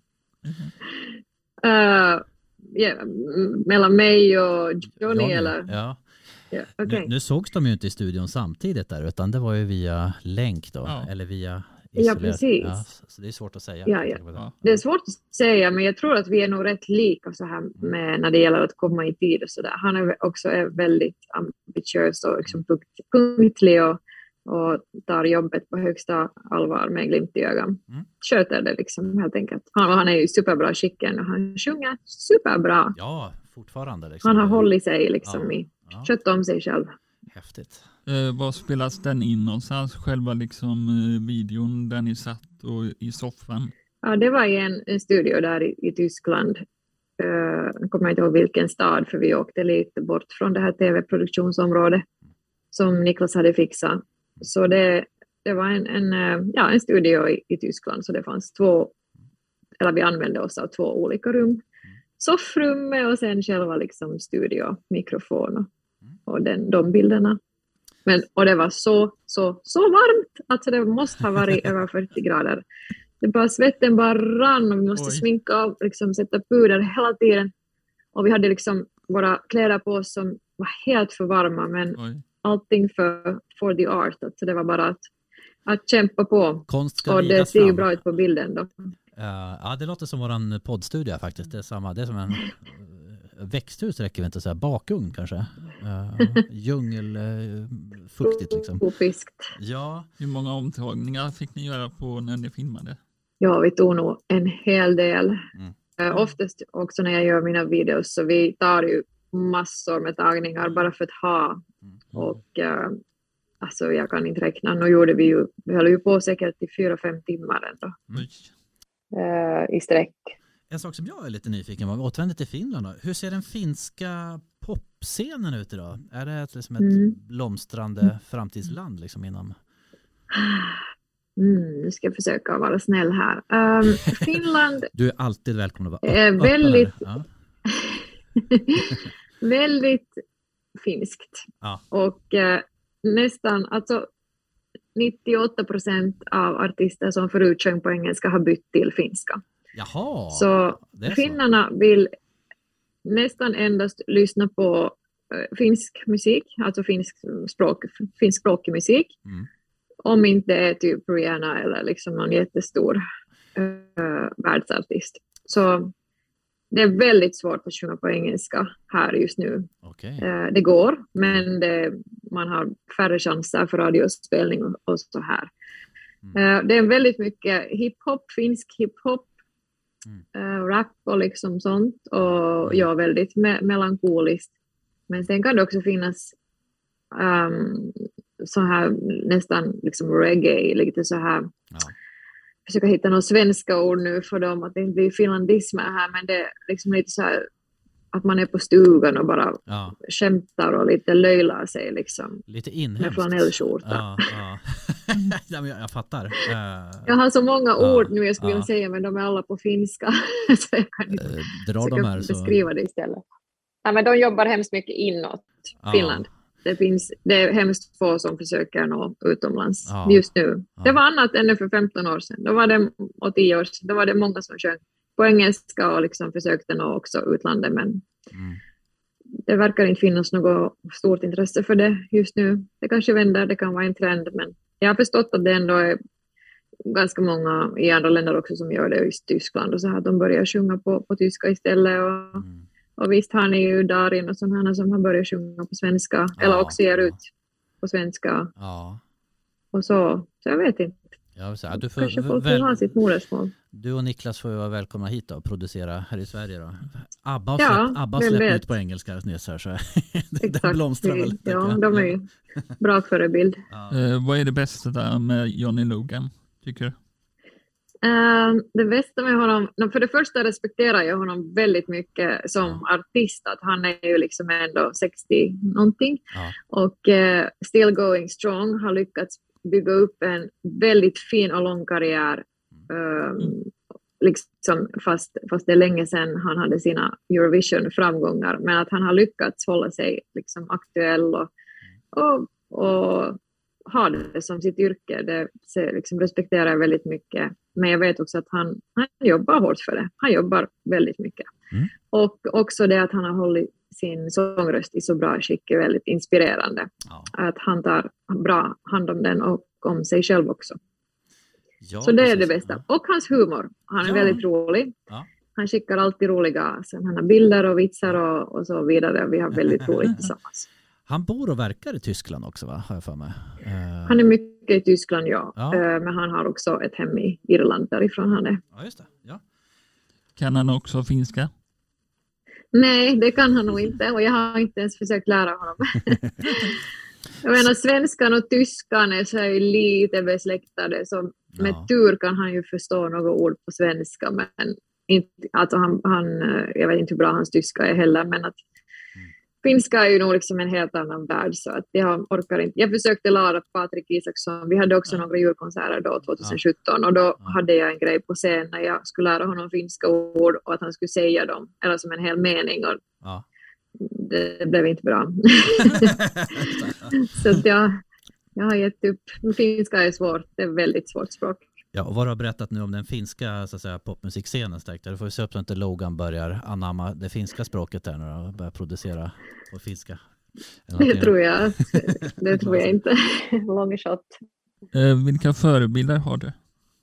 uh, yeah, mellan mig och Johnny, Johnny eller? Ja. Yeah, okay. nu, nu sågs de ju inte i studion samtidigt där utan det var ju via länk då. Ja. Eller via isolerat. Ja, precis. Ja, så det är svårt att säga. Ja, ja. Det är svårt att säga men jag tror att vi är nog rätt lika så här med när det gäller att komma i tid och sådär. Han är också är väldigt ambitiös och liksom punktlig och, och tar jobbet på högsta allvar med glimt i ögat. Mm. Sköter det liksom helt enkelt. Han, han är ju superbra skicken och han sjunger superbra. Ja, fortfarande. Liksom. Han har hållit sig liksom ja. i, ja. skött om sig själv. Häftigt. Eh, vad spelas den in någonstans? Själva liksom eh, videon där ni satt och i soffan? Ja, det var i en, en studio där i, i Tyskland. Uh, jag kommer inte ihåg vilken stad för vi åkte lite bort från det här tv-produktionsområdet som Niklas hade fixat. Så det, det var en, en, ja, en studio i, i Tyskland så det fanns två, eller vi använde oss av två olika rum. Soffrummet och sen själva liksom studio, mikrofon och, och den, de bilderna. Men, och det var så, så, så varmt. Alltså det måste ha varit över fyrtio grader. Det bara, svetten bara rann och vi måste Oj. sminka och liksom sätta puder hela tiden. Och vi hade liksom våra kläder på oss som var helt för varma. Men Oj. allting för, for the art. Alltså det var bara att, att kämpa på. Konst ska och det ser fram. ju bra ut på bilden då. Uh, ja, det låter som våran poddstudia faktiskt. Det är samma, det är som en växthus räcker vi inte att säga, bakugn kanske. Uh, djungel, uh, fuktigt liksom. Tropiskt. Ja. Hur många omtagningar fick ni göra på när ni filmade? Ja, vi tog nog en hel del. Mm. Uh, oftast också när jag gör mina videos så vi tar ju massor med tagningar bara för att ha. Mm. Och uh, alltså jag kan inte räkna. Nu gjorde vi ju, vi höll ju på säkert i fyra, fem timmar ändå. Mm. Uh, i sträck. En sak som jag är lite nyfiken på, återvänder till Finland då. Hur ser den finska popscenen ut idag? Är det ett, liksom ett mm. blomstrande mm. framtidsland liksom inom? Mm, nu ska jag försöka vara snäll här. Um, Finland... Du är alltid välkommen att vara är väldigt, ja. väldigt finskt. Ja. Och uh, nästan, alltså nittioåtta procent av artister som förut sjöng på engelska har bytt till finska. Jaha, så finnarna så. vill nästan endast lyssna på uh, finsk musik, alltså finsk språk, finskspråkig musik. Mm. Om inte är typ Rihanna eller liksom någon jättestor uh, världsartist. Så det är väldigt svårt att sjunga på engelska här just nu. Okay. Uh, det går, men det, man har färre chanser för radiospelning och, och så här. Mm. Uh, det är väldigt mycket hiphop, finsk hiphop. Mm. Uh, rap och liksom sånt och ja, väldigt me- melankoliskt. Men sen kan det också finnas um, så här nästan liksom reggae, lite så här ja. Försöka hitta några svenska ord nu för dem att det inte blir finlandismer här, men det är liksom lite så här att man är på stugan och bara ja. skämtar och lite löjlar sig liksom. Lite inhemskt. Med flanellskjorta. Ja, ja. jag, jag fattar. Uh, jag har så många ja, ord nu jag skulle ja. vilja säga, men de är alla på finska. så jag kan inte uh, dra de här, beskriva så... det istället. Ja, men de jobbar hemskt mycket inåt ja. Finland. Det, finns, det är hemskt få som försöker nå utomlands ja. just nu. Ja. Det var annat än för femton år sedan. Då var det, och tio år sedan. Då var det många som sjöng på engelska och liksom försökte nå också utlandet, men mm. det verkar inte finnas något stort intresse för det just nu. Det kanske vänder, det kan vara en trend, men jag har förstått att det ändå är ganska många i andra länder också som gör det, i Tyskland och så här, de börjar sjunga på, på tyska istället och, mm. och visst har ni ju Darin och sådana som har börjat sjunga på svenska ja, eller också ger ja. ut på svenska ja. och så, så jag vet inte. Ja, så, du får kanske folk väl, ha sitt modersmål. Du och Niklas får ju vara välkomna hit då och producera här i Sverige då. ABBA, ja, släpp, ABBA släpper ut på engelska nyss här, så det blomstrar väl lite. Ja, de är ju bra förebild. Ja. Uh, vad är det bästa där med Johnny Logan, tycker du? Uh, det bästa med honom, för det första respekterar jag honom väldigt mycket som ja. artist, att han är ju liksom ändå sextio någonting ja. och uh, still going strong, har lyckats bygga upp en väldigt fin och lång karriär um, mm. liksom, fast, fast det är länge sedan han hade sina Eurovision-framgångar, men att han har lyckats hålla sig liksom aktuell och, och, och ha det som sitt yrke, det liksom respekterar jag väldigt mycket. Men jag vet också att han, han jobbar hårt för det. Han jobbar väldigt mycket. Mm. Och också det att han har hållit sin sångröst i så bra skick är väldigt inspirerande. Ja. Att han tar bra hand om den och om sig själv också. Ja, så det är det bästa. Ja. Och hans humor. Han är ja. väldigt rolig. Ja. Han skickar alltid roliga sådana bilder och vitsar och, och så vidare. Vi har väldigt roligt tillsammans. Han bor och verkar i Tyskland också, va? Har jag för mig. Uh... Han är mycket i Tyskland, ja. ja. Uh, men han har också ett hem i Irland därifrån han är. Ja, just det. Ja. Kan han också finska? Nej, det kan han nog inte. Och jag har inte ens försökt lära honom. Jag menar, svenskan och tyskan är så här lite besläktade. Så med ja. tur kan han ju förstå några ord på svenska. Men inte, alltså han, han, jag vet inte hur bra hans tyska är heller. Men att finska är ju nog liksom en helt annan värld, så att jag orkar inte. Jag försökte lära Patrik Isaksson. Vi hade också ja. några julkonserter då tjugohundrasjutton ja. och då ja. hade jag en grej på scen när jag skulle lära honom finska ord och att han skulle säga dem, eller som en hel mening, och ja. det blev inte bra. Så att jag, jag har gett upp. Finska är svårt, det är väldigt svårt språk. Ja, och vad du har berättat nu om den finska så att säga, popmusikscenen stärkt. Du får ju se upp så att inte Logan börjar anamma det finska språket där nu och börja producera på finska. Det tror jag. Det tror jag inte. Long shot. Eh, vilka förebilder har du?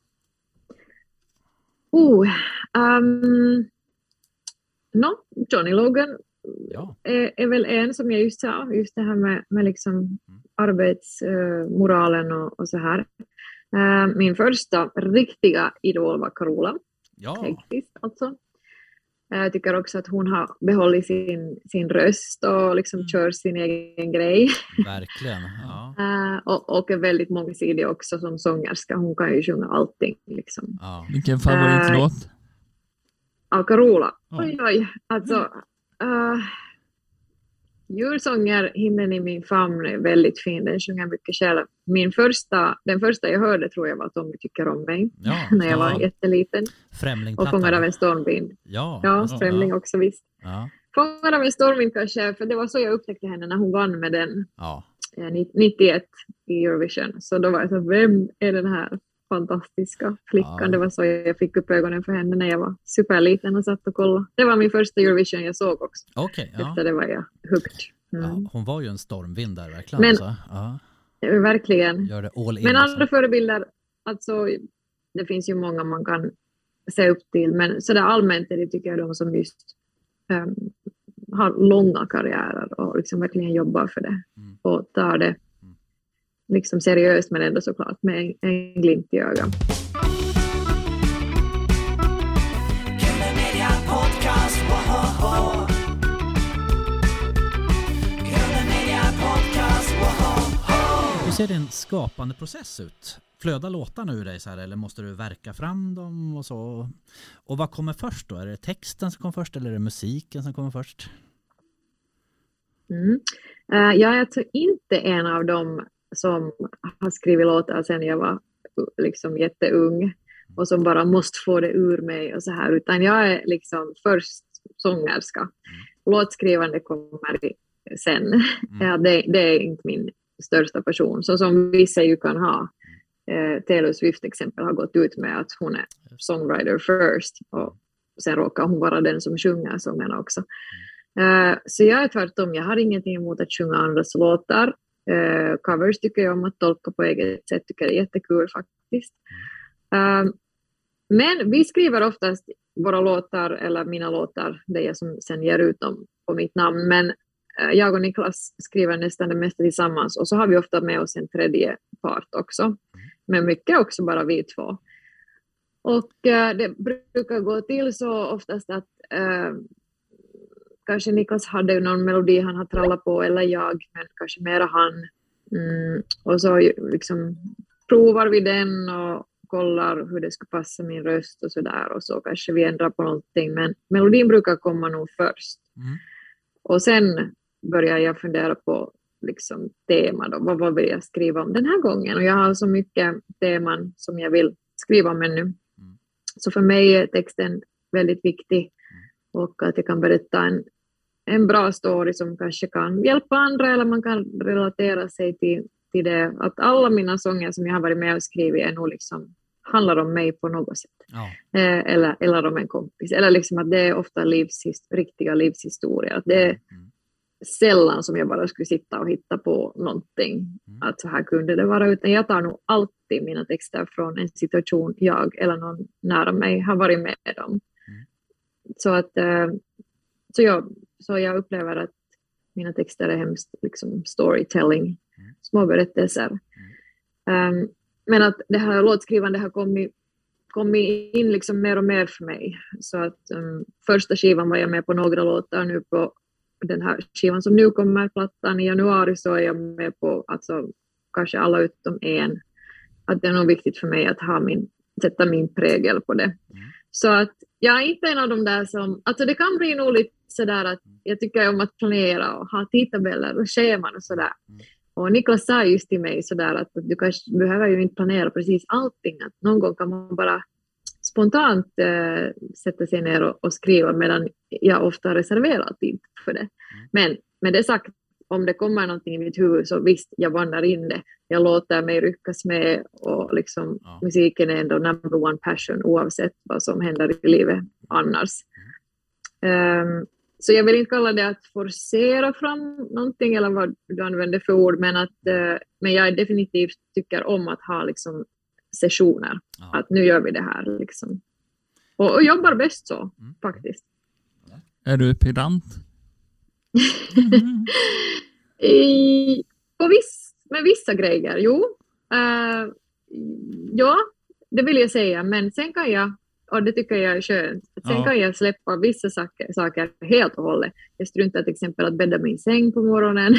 Oh, um, no, Johnny Logan ja. är, är väl en som jag just sa. Just det här med, med liksom mm. arbetsmoralen uh, och, och så här. Uh, min första riktiga idol var Carola. Ja. Tekniskt, alltså. Uh, jag tycker också att hon har behållit sin, sin röst och liksom mm. kör sin egen grej. Verkligen, ja. Uh, och, och är väldigt mångsidig också som sångerska. Hon kan ju sjunga allting. Liksom. Ja. Vilken favoritlåt? Uh, av Carola. Oh. Oj, oj. Alltså... Uh, Julsånger, Himlen i min famn, är väldigt fin. Den sjunger mycket själv. Min första, den första jag hörde tror jag var Tommy tycker om mig. Ja, när jag ja. var jätteliten. Och Fångad av en stormvind. Ja, ja Främling ja. också visst. Ja. Fångad av en stormvind kanske, för det var så jag upptäckte henne när hon vann med den ja. nittioett i Eurovision. Så då var jag så, vem är den här fantastiska flickan? Ja. Det var så jag fick upp ögonen för henne när jag var superliten och satt och kollade. Det var min första Eurovision jag såg också. Okej, okay, ja. Efter det var jag hooked. Mm. Ja, hon var ju en stormvind där verkligen. Men, alltså. ja. Verkligen. Gör det all in, men andra alltså. förebilder, alltså det finns ju många man kan se upp till, men sådär allmänt är det tycker jag de som just um, har långa karriärer och liksom verkligen jobbar för det mm. och tar det liksom seriöst, men ändå såklart med en, en glimt i ögat. Hur ser din skapande process ut? Flödar låtarna ur dig så här, eller måste du verka fram dem och så? Och vad kommer först då? Är det texten som kommer först eller är det musiken som kommer först? Mm. Uh, jag är alltså inte en av dem som har skrivit låtar sedan jag var liksom jätteung och som bara måste få det ur mig och så här, utan jag är liksom först sångerska. Mm. Låtskrivande kommer sen. Mm. Ja, det, det är inte min största passion. Så som vissa ju kan ha. Eh, Taylor Swift exempel har gått ut med att hon är songwriter first och sen råkar hon vara den som sjunger sångerna också. Eh, så jag är tvärtom. Jag har ingenting emot att sjunga andras låtar. Uh, covers tycker jag om att tolka på eget sätt, tycker jag är jättekul faktiskt. Uh, men vi skriver oftast våra låtar eller mina låtar, det är jag som sen ger ut dem på mitt namn, men uh, jag och Niklas skriver nästan det mesta tillsammans och så har vi ofta med oss en tredje part också, men mycket också bara vi två. Och äh, det brukar gå till så oftast att äh, kanske Niklas hade någon melodi han har trallat på, eller jag, men kanske mera han. Mm, och så liksom provar vi den och kollar hur det ska passa min röst och sådär. Och så kanske vi ändrar på någonting. Men melodin brukar komma nog först. Mm. Och sen börjar jag fundera på liksom tema då. Vad, vad vill jag skriva om den här gången? Och jag har så mycket teman som jag vill skriva om ännu. Mm. Så för mig är texten väldigt viktig. Mm. Och att jag kan berätta en, en bra story som kanske kan hjälpa andra. Eller man kan relatera sig till, till det. Att alla mina sånger som jag har varit med och skrivit är nog liksom, handlar om mig på något sätt. Ja. Eh, eller, eller om en kompis. Eller liksom att det är ofta livshis, riktiga livshistorier. Att det är mm. sällan som jag bara skulle sitta och hitta på någonting. Mm. Att så här kunde det vara. Utan jag tar nog alltid mina texter från en situation jag eller någon nära mig har varit med om. Mm. Så att eh, så, jag, så jag upplever att mina texter är hemskt liksom storytelling. Mm. Små berättelser. Mm. Um, men att det här låtskrivande har kommit, kommit in liksom mer och mer för mig. Så att um, första skivan var jag med på några låtar. Nu på den här skivan som nu kommer, plattan i januari, så är jag med på alltså, kanske alla utom en. Att det är nog viktigt för mig att ha min, sätta min prägel på det. Mm. Så att jag är inte en av de där som, alltså det kan bli nog lite sådär att jag tycker om att planera och ha tidtabeller och scheman och sådär. Mm. Och Niklas sa just till mig sådär att du kanske behöver ju inte planera precis allting. Att någon gång kan man bara spontant äh, sätta sig ner och, och skriva, medan jag ofta reserverar tid för det. Mm. Men med det sagt, om det kommer någonting i mitt huvud så visst, jag vandrar in det. Jag låter mig ryckas med och liksom ja. Musiken är ändå number one passion oavsett vad som händer i livet annars. Mm. Um, Så jag vill inte kalla det att forcera fram någonting eller vad du använder för ord, men att uh, men jag definitivt tycker om att ha liksom sessioner. Ja. Att nu gör vi det här liksom. Och, och jobbar bäst så, mm. faktiskt. Är du pedant? I, på viss, med vissa grejer, jo. Uh, ja, det vill jag säga. Men sen kan jag, och det tycker jag är skönt, sen ja. kan jag släppa vissa saker, saker helt och hållet. Jag struntar till exempel att bädda min säng på morgonen.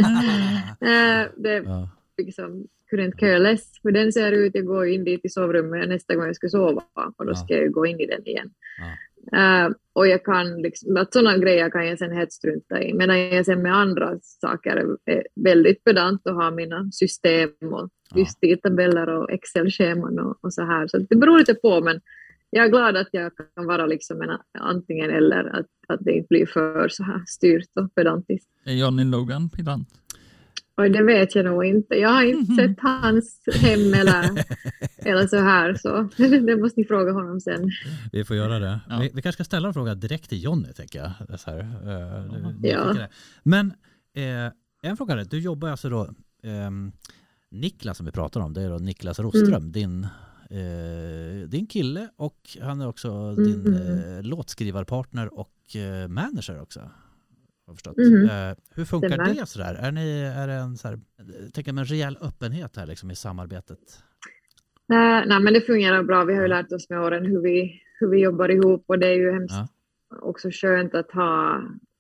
uh, det ja. liksom couldn't care less hur den ser ut. Jag går in dit i sovrummet nästa gång jag ska sova, och då ska ja. jag gå in i den igen. Ja. Uh, och jag kan liksom, att sådana grejer kan jag sen helt strunta i, medan jag sen med andra saker är väldigt pedant och har mina system och ja. just tabeller och Excel-scheman och, och så här, så det beror lite på, men jag är glad att jag kan vara liksom en antingen eller, att, att det inte blir för så här styrt och pedantiskt. Är Johnny Logan pedant? Och det vet jag nog inte. Jag har inte sett hans hem eller, eller så här. Så det måste ni fråga honom sen. Vi får göra det. Ja. Vi, vi kanske ska ställa en fråga direkt till Johnny, tänker jag. Så här. Uh, ja. Men eh, en fråga är, du jobbar alltså då, eh, Niklas som vi pratar om, det är då Niklas Roström, mm. din, eh, din kille, och han är också mm. din eh, låtskrivarpartner och eh, manager också. Mm. Uh, hur funkar det, det sådär? Är, ni, är det en så här, tänker man, en rejäl öppenhet här liksom i samarbetet? Uh, nej, men det fungerar bra. Vi har ju lärt oss med åren hur vi, hur vi jobbar ihop, och det är ju hemskt ja. också skönt att ha,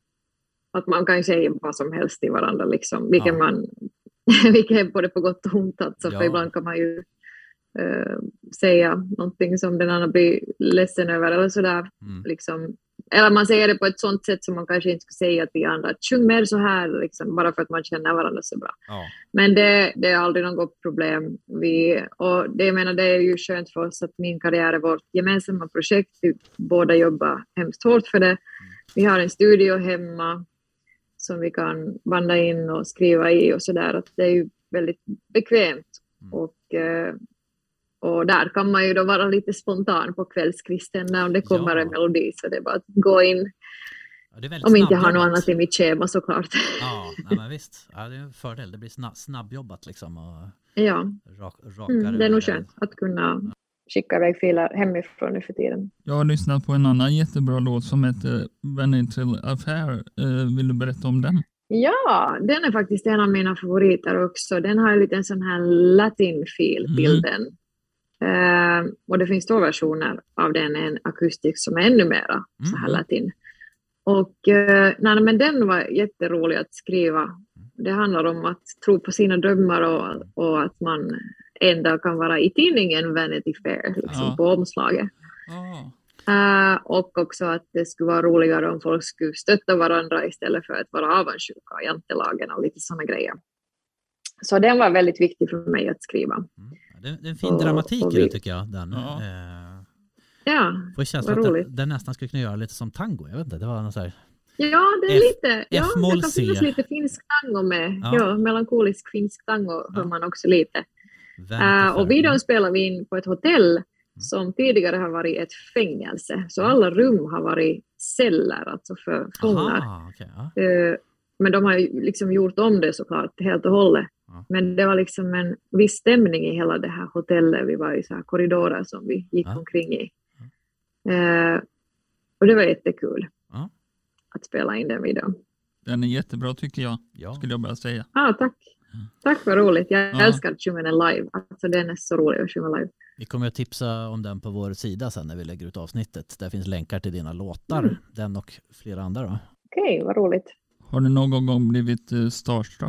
att man kan säga vad som helst till varandra liksom, vilket ja. man vilket är både på gott och ont, alltså, ja. för ibland kan man ju uh, säga någonting som den andra blir ledsen över eller sådär mm. liksom. Eller man säger det på ett sånt sätt som man kanske inte skulle säga till andra. Sjung mer så här, liksom, bara för att man känner varandra så bra. Ja. Men det, det är aldrig något problem. Vi, och det, jag menar, det är ju skönt för oss att min karriär är vårt gemensamma projekt. Vi båda jobbar hemskt hårt för det. Mm. Vi har en studio hemma som vi kan banda in och skriva i och sådär. Det är ju väldigt bekvämt. Mm. Och... Eh, Och där kan man ju då vara lite spontan på kvällskvisten när det kommer ja. en melodi, så det är bara att gå in. Ja, om inte jag har något annat i mitt schema såklart. Ja, nej, men visst. Ja, det är en fördel. Det blir snabb, snabbjobbat liksom. Och ja, rak, rakare mm, det är nog skönt att kunna ja. skicka iväg filer hemifrån nu för tiden. Jag har lyssnat på en annan jättebra låt som heter Vanity Affair. Eh, vill du berätta om den? Ja, den är faktiskt en av mina favoriter också. Den har en liten sån här latin feel till mm. den. Uh, och det finns två versioner av den, en akustisk som är ännu mera mm. så här latin. Och uh, nej, men den var jätterolig att skriva. Det handlar om att tro på sina drömmar och, och att man en dag kan vara i tidningen Vanity Fair liksom, ja. På omslaget. Ja. Uh, och också att det skulle vara roligare om folk skulle stötta varandra istället för att vara avundsjuka och jantelagen och lite sådana grejer. Så den var väldigt viktig för mig att skriva. Mm. Det, det är en fin och, dramatik och vi... det tycker jag. Den. Ja, uh, ja vad roligt. Den, den nästan skulle kunna göra lite som tango, jag vet inte, det var något så här... Ja, det är F, lite, ja, det kan finnas lite finsk tango med, ja, ja melankolisk finsk tango hör ja. Man också lite. Uh, och videon spelar vi in på ett hotell som tidigare har varit ett fängelse. Så alla rum har varit celler, alltså för fångar. Aha, okay, ja. uh, men de har ju liksom gjort om det såklart helt och hållet. Ja. Men det var liksom en viss stämning i hela det här hotellet. Vi var i så här korridorer som vi gick ja. Omkring i. Uh, och det var jättekul. Ja. Att spela in den videon. Den är jättebra tycker jag, ja. Skulle jag bara säga. Ja, ah, tack. Tack vad roligt. Jag ja. Älskar att sjunga den live. Alltså den är så rolig att sjunga live. Vi kommer att tipsa om den på vår sida sen när vi lägger ut avsnittet. Där finns länkar till dina låtar. Mm. Den och flera andra då. Okej, okay, vad roligt. Har du någon gång blivit uh, starstruck?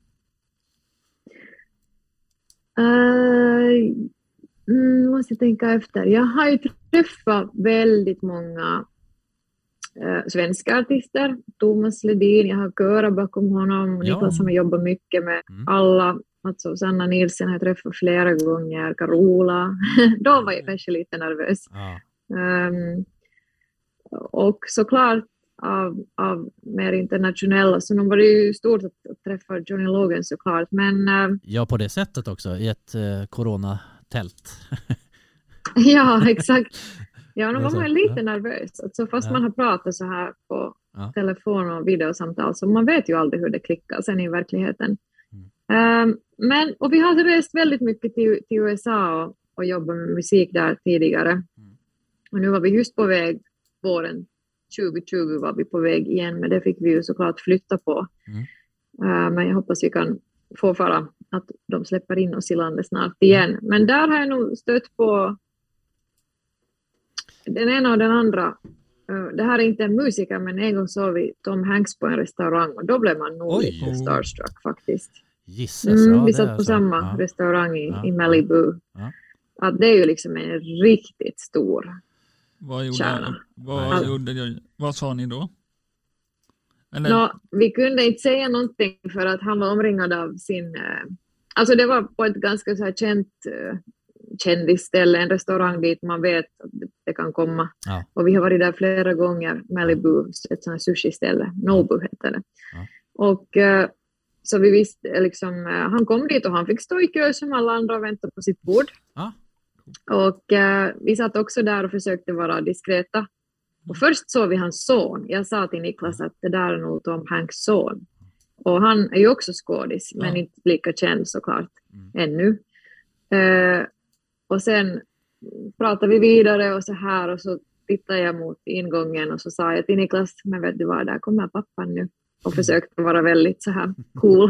Uh, mm, måste jag tänka efter. Jag har ju träffat väldigt många Uh, svenska artister, Thomas Ledin, jag har körat bakom honom, ja. Niklas har jobbat mycket med mm. alla, alltså Sanna Nilsen har jag träffat flera gånger, Carola, då var jag kanske lite nervös. Ja. Um, och såklart av, av mer internationella, så nu var det ju stort att, att träffa Johnny Logan såklart, men... Uh, ja, på det sättet också, i ett uh, coronatält. Ja, exakt. Ja, då var man lite nervös. Alltså, fast ja. Man har pratat så här på ja. Telefon och videosamtal, så man vet ju aldrig hur det klickar sen i verkligheten. Mm. Um, men, och vi har rest väldigt mycket till, till U S A och, och jobbat med musik där tidigare. Mm. Och nu var vi just på väg, våren tjugo tjugo var vi på väg igen, men det fick vi ju såklart flytta på. Mm. Uh, men jag hoppas vi kan få fara att de släpper in oss i landet snart igen. Mm. Men där har jag nog stött på den ena och den andra. Det här är inte en musiker, men en gång såg vi Tom Hanks på en restaurang och då blev man nog lite starstruck faktiskt. Gissas, mm, ja, vi satt på så. Samma ja. Restaurang i, ja. I Malibu. Ja. Att det är ju liksom en riktigt stor vad gjorde, vad, All... gjorde, vad sa ni då? Eller... No, vi kunde inte säga någonting för att han var omringad av sin... Alltså det var på ett ganska så här känt... kändisställe, en restaurang dit man vet att det kan komma. Ja. Och vi har varit där flera gånger, Malibu, ett sånt här sushi-ställe, Nobu heter det. Ja. Och uh, så vi visste, liksom, uh, han kom dit och han fick stå i kö som alla andra och vänta på sitt bord. Ja. Och uh, vi satt också där och försökte vara diskreta. Mm. Och först såg vi hans son. Jag sa till Niklas att det där är nog Tom Hanks son. Och han är ju också skådis, ja. Men inte lika känd såklart mm. ännu. Uh, Och sen pratade vi vidare och så här och så tittade jag mot ingången och så sa jag till Niklas, men vet du vad, där kommer pappan nu. Och försökte vara väldigt så här cool.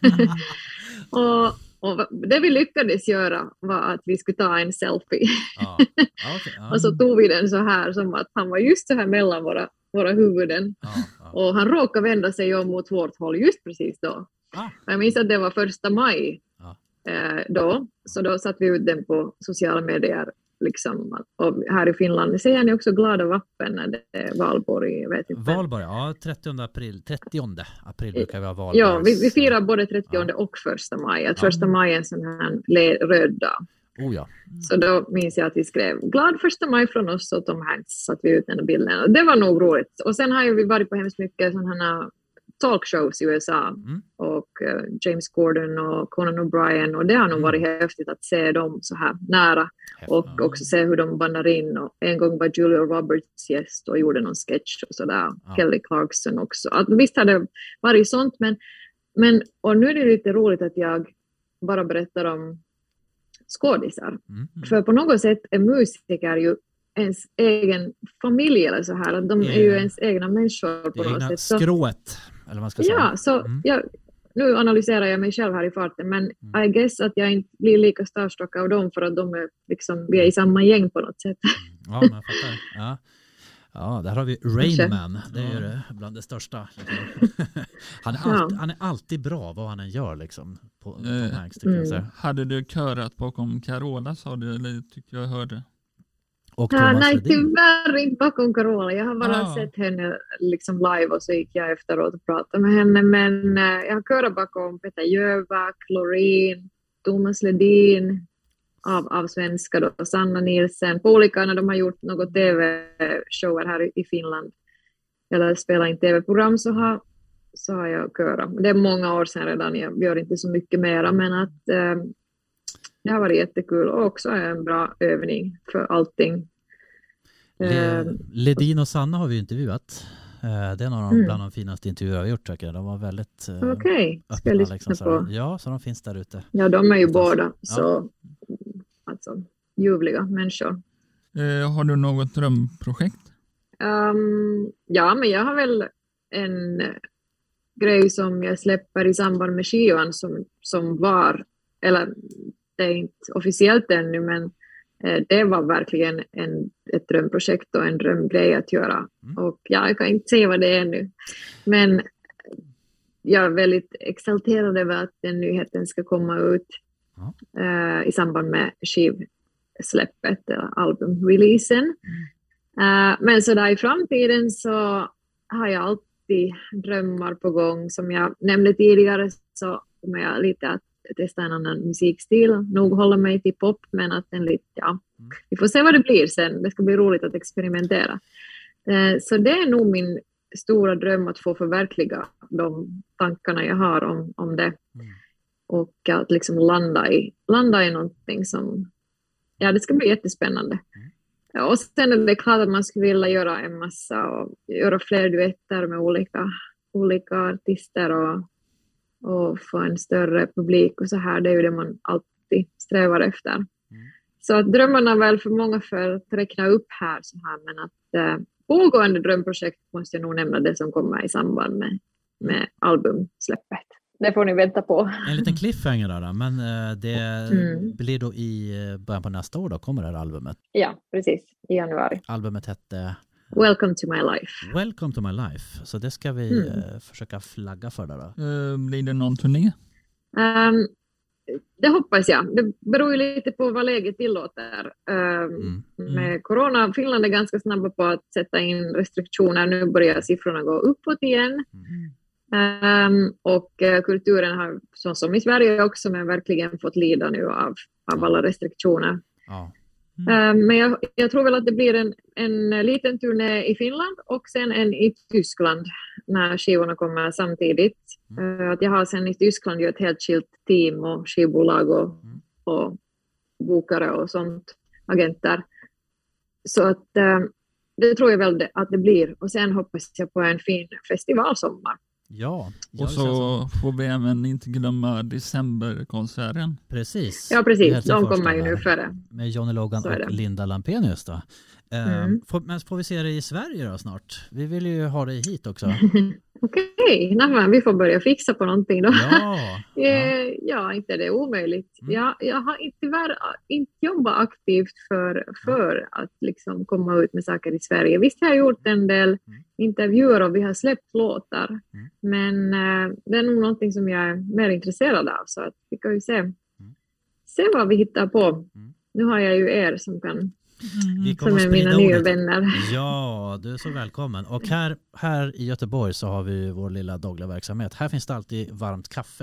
och, och det vi lyckades göra var att vi skulle ta en selfie. Ah, okay, ah. Och så tog vi den så här som att han var just så här mellan våra, våra huvuden. Ah, ah. Och han råkade vända sig om mot vårt håll just precis då. Ah. Jag minns att det var första maj. Då, så då satt vi ut den på sociala medier liksom, och här i Finland säger ni också glada vappen när det är valborg, jag vet inte. Valborg, ja, trettionde april trettionde april brukar vi ha valborg. Ja, vi, vi firar både trettionde ja. Och första maj, att ja. Första maj är en sån här röd dag. Oh ja. Mm. Så då minns jag att vi skrev glad första maj från oss och Tom Hanks, satt vi ut den här bilden och det var nog roligt. Och sen har ju vi varit på hemskt mycket sådana här talkshows i U S A mm. och uh, James Corden och Conan O'Brien och det har nog varit mm. häftigt att se dem så här nära och mm. också se hur de bandar in och en gång var Julia Roberts gäst och gjorde någon sketch och sådär, ja. Kelly Clarkson också. Att, visst har det varit sånt men, men och nu är det lite roligt att jag bara berättar om skådisar mm. för på något sätt är musiker ju ens egen familj eller så här, att de yeah. är ju ens egna människor på egna något sätt. Så, skrået, eller vad man ska säga. Ja, så mm. jag, nu analyserar jag mig själv här i farten, men mm. I guess att jag inte blir lika starstruck av dem för att de är liksom, vi är i samma gäng på något sätt. Ja, men jag fattar. Ja. Ja, där har vi Rain Man. Det är ju det, bland det största. Liksom. Han, är alltid, ja. han är alltid bra vad han än gör liksom, på, på eh, Hanks, tycker mm. jag. Hade du körat bakom Carola, sa du, eller tycker jag hörde? Och ja, nej, tyvärr inte bakom Carola. Jag har bara ah. sett henne liksom live och så gick jag efteråt och pratade med henne. Men äh, jag har körat bakom Peter Jöback, Loreen, Thomas Ledin av, av svenska då, Sanna Nielsen. På olika när de har gjort något tv-shower här i Finland eller spelat in tv-program så har, så har jag körat. Det är många år sedan redan, jag gör inte så mycket mera, men att äh, det har varit jättekul och också en bra övning för allting. Le- Ledin och Sanna har vi intervjuat. Det är några mm. bland de finaste intervjuer jag har gjort, tycker jag. De var väldigt Okej, okay. Ska jag lyssna liksom, på. Ja, så de finns där ute. Ja, de är ju båda så ja. Alltså, ljuvliga människor. Eh, har du något drömprojekt? Um, ja, men jag har väl en grej som jag släpper i samband med skivan som, som var, eller det är inte officiellt ännu, men eh, det var verkligen en, ett drömprojekt och en drömgrej att göra. Mm. Och ja, jag kan inte säga vad det är nu. Men jag är väldigt exalterad över att den nyheten ska komma ut mm. eh, i samband med skivsläppet eller albumreleasen. Mm. Eh, men så där i framtiden så har jag alltid drömmar på gång. Som jag nämnde tidigare så kommer jag lite att testa en annan musikstil. Nog hålla mig till pop, men att den lite, ja. Vi får se vad det blir sen. Det ska bli roligt att experimentera. Eh, så det är nog min stora dröm att få förverkliga de tankarna jag har om, om det. Mm. Och att liksom landa i, landa i någonting som, ja, det ska bli jättespännande. Mm. Ja, och sen är det klart att man skulle vilja göra en massa och göra fler duetter med olika, olika artister och och få en större publik och så här, det är ju det man alltid strävar efter. Mm. Så att drömmarna väl för många för att räkna upp här så här, men att eh, pågående drömprojekt måste jag nog nämna det som kommer i samband med, med albumsläppet. Det får ni vänta på. En liten cliffhanger där, men eh, det mm. blir då i början på nästa år då kommer det här albumet. Ja, precis, i januari. Albumet hette Welcome to my life. Welcome to my life. Så det ska vi mm. uh, försöka flagga för där då. Uh, blir det någon turné? Um, det hoppas jag. Det beror ju lite på vad läget tillåter. Um, mm. Mm. Med corona, Finland är ganska snabba på att sätta in restriktioner. Nu börjar siffrorna gå uppåt igen. Mm. Um, och uh, kulturen har, så som i Sverige också, men verkligen fått lida nu av, av alla restriktioner. Ja. Mm. Men jag, jag tror väl att det blir en, en liten turné i Finland och sen en i Tyskland när skivorna kommer samtidigt. Mm. Att jag har sen i Tyskland ju ett helt skilt team och skivbolag och, mm. och bokare och sånt, agenter. Så att det tror jag väl att det blir. Och sen hoppas jag på en fin festivalsommar. Ja. Och så får vi även inte glömma decemberkonserten. Precis. Ja, precis. De kommer ju nu före. Med Johnny Logan och Linda Lampenius då. Mm. Får, men får vi se det i Sverige då snart? Vi vill ju ha det hit också. Okej, okay. Vi får börja fixa på någonting då. Ja, ja. ja inte är det omöjligt. Mm. Jag, jag har tyvärr inte jobbat aktivt för, för att liksom komma ut med saker i Sverige. Visst har jag gjort en del mm. intervjuer och vi har släppt låtar. Mm. Men äh, det är nog någonting som jag är mer intresserad av. Så att vi kan ju se, mm. se vad vi hittar på. Mm. Nu har jag ju er som kan... Vi som är mina nya vänner. Ja, du är så välkommen. Och här, här i Göteborg så har vi vår lilla dagliga verksamhet. Här finns det alltid varmt kaffe.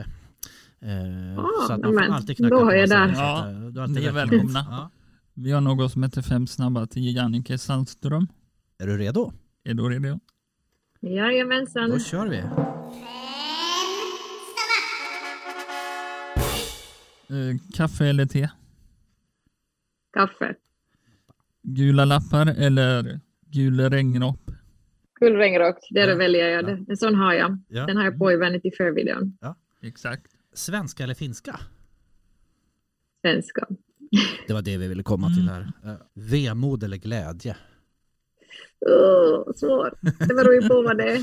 Eh, ah, så att man men, får alltid knacka då på är jag sig. där. Ja, du är alltid ni är välkomna. Ja. Vi har något som heter Fem snabba till Jannike Sandström. Är du redo? Är du redo? Jajamensan. Då kör vi. Eh, kaffe eller te? Kaffe. Gula lappar eller gul regnrock? Gul regnrock, det är det väljer jag. Ja. En sån har jag. Ja. Den har jag på i Vanity Fair-videon. Ja, exakt. Svenska eller finska? Svenska. Det var det vi ville komma till här. Uh, vemod eller glädje? Oh, svår. Det beror ju på vad det är.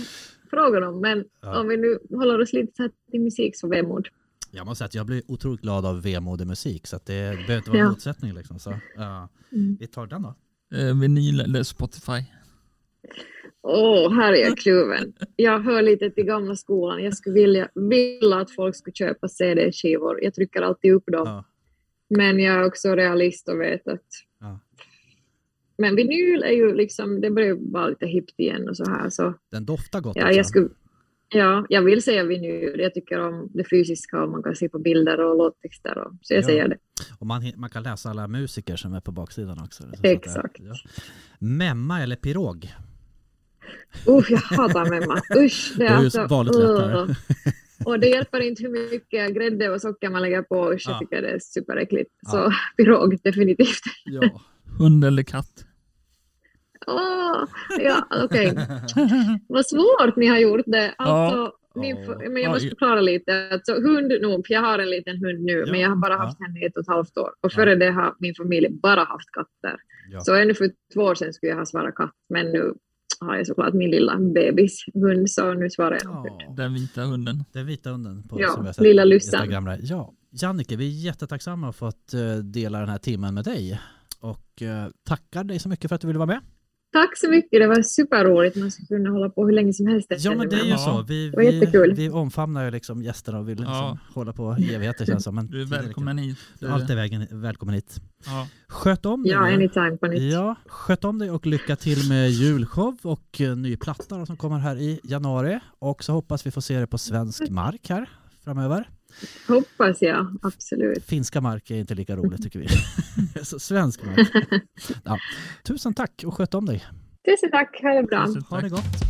frågan om. Men ja. Om vi nu håller oss lite så här till musik så vemod. Jag måste säga att jag blir otroligt glad av vemod i musik. Så att det behöver inte vara en ja. motsättning. Liksom, så, uh, mm. Vi tar den då. Eh, vinyl eller Spotify? Åh, oh, här är jag kluven. Jag hör lite till gamla skolan. Jag skulle vilja, vilja att folk skulle köpa C D-skivor. Jag trycker alltid upp dem. Ja. Men jag är också realist och vet att... Ja. Men vinyl är ju liksom... Det börjar vara lite hippt igen och så här. Så, den doftar gott ja, också. Jag skulle, ja, jag vill säga vinyl. Jag tycker om det fysiska och man kan se på bilder och låttexter. Och, så jag ja. säger det. Och man, man kan läsa alla musiker som är på baksidan också. Exakt. Det, ja. Memma eller pirog? Uh, jag hatar memma. Usch, det är, det är alltså, ju vanligt lättare. Uh. Och det hjälper inte hur mycket grädde och socker man lägger på. Usch, ja. Jag tycker det är superäckligt. Ja. Så pirog, definitivt. Ja. Hund eller katt? Åh, oh, ja, okej. Okay. Vad svårt ni har gjort det. Alltså, ja. Min, men jag måste förklara lite. Alltså, hund nog, jag har en liten hund nu, ja. Men jag har bara haft ja. henne i ett och ett halvt år. Och före ja. det har min familj bara haft katter. Ja. Så ännu för två år sedan skulle jag ha svarat katt. Men nu har jag såklart min lilla bebishund, så nu svarar jag ja. hund. Den vita hunden. Den vita hunden. På, ja, som lilla Lussan. Ja, Jannike, vi är jättetacksamma för att uh, dela den här timmen med dig. Och uh, tackar dig så mycket för att du ville vara med. Tack så mycket, det var superroligt. Man ska kunna hålla på hur länge som helst. Ja, men det är ju så. Vi, vi, vi omfamnar ju liksom gästerna och vill liksom ja. hålla på evigheter. Känns som. Men du är välkommen hit. Allt är vägen, välkommen hit. Ja. Sköt om dig. Ja, anytime på nytt. Ja, sköt om dig och lycka till med julshow och uh, ny platta som kommer här i januari. Och så hoppas vi får se det på svensk mark här framöver. Hoppas jag, absolut. Finska mark är inte lika roligt tycker vi. Så svensk mark. Ja. Tusen tack och sköt om dig. Tusen tack, ha det bra. Ha det gott.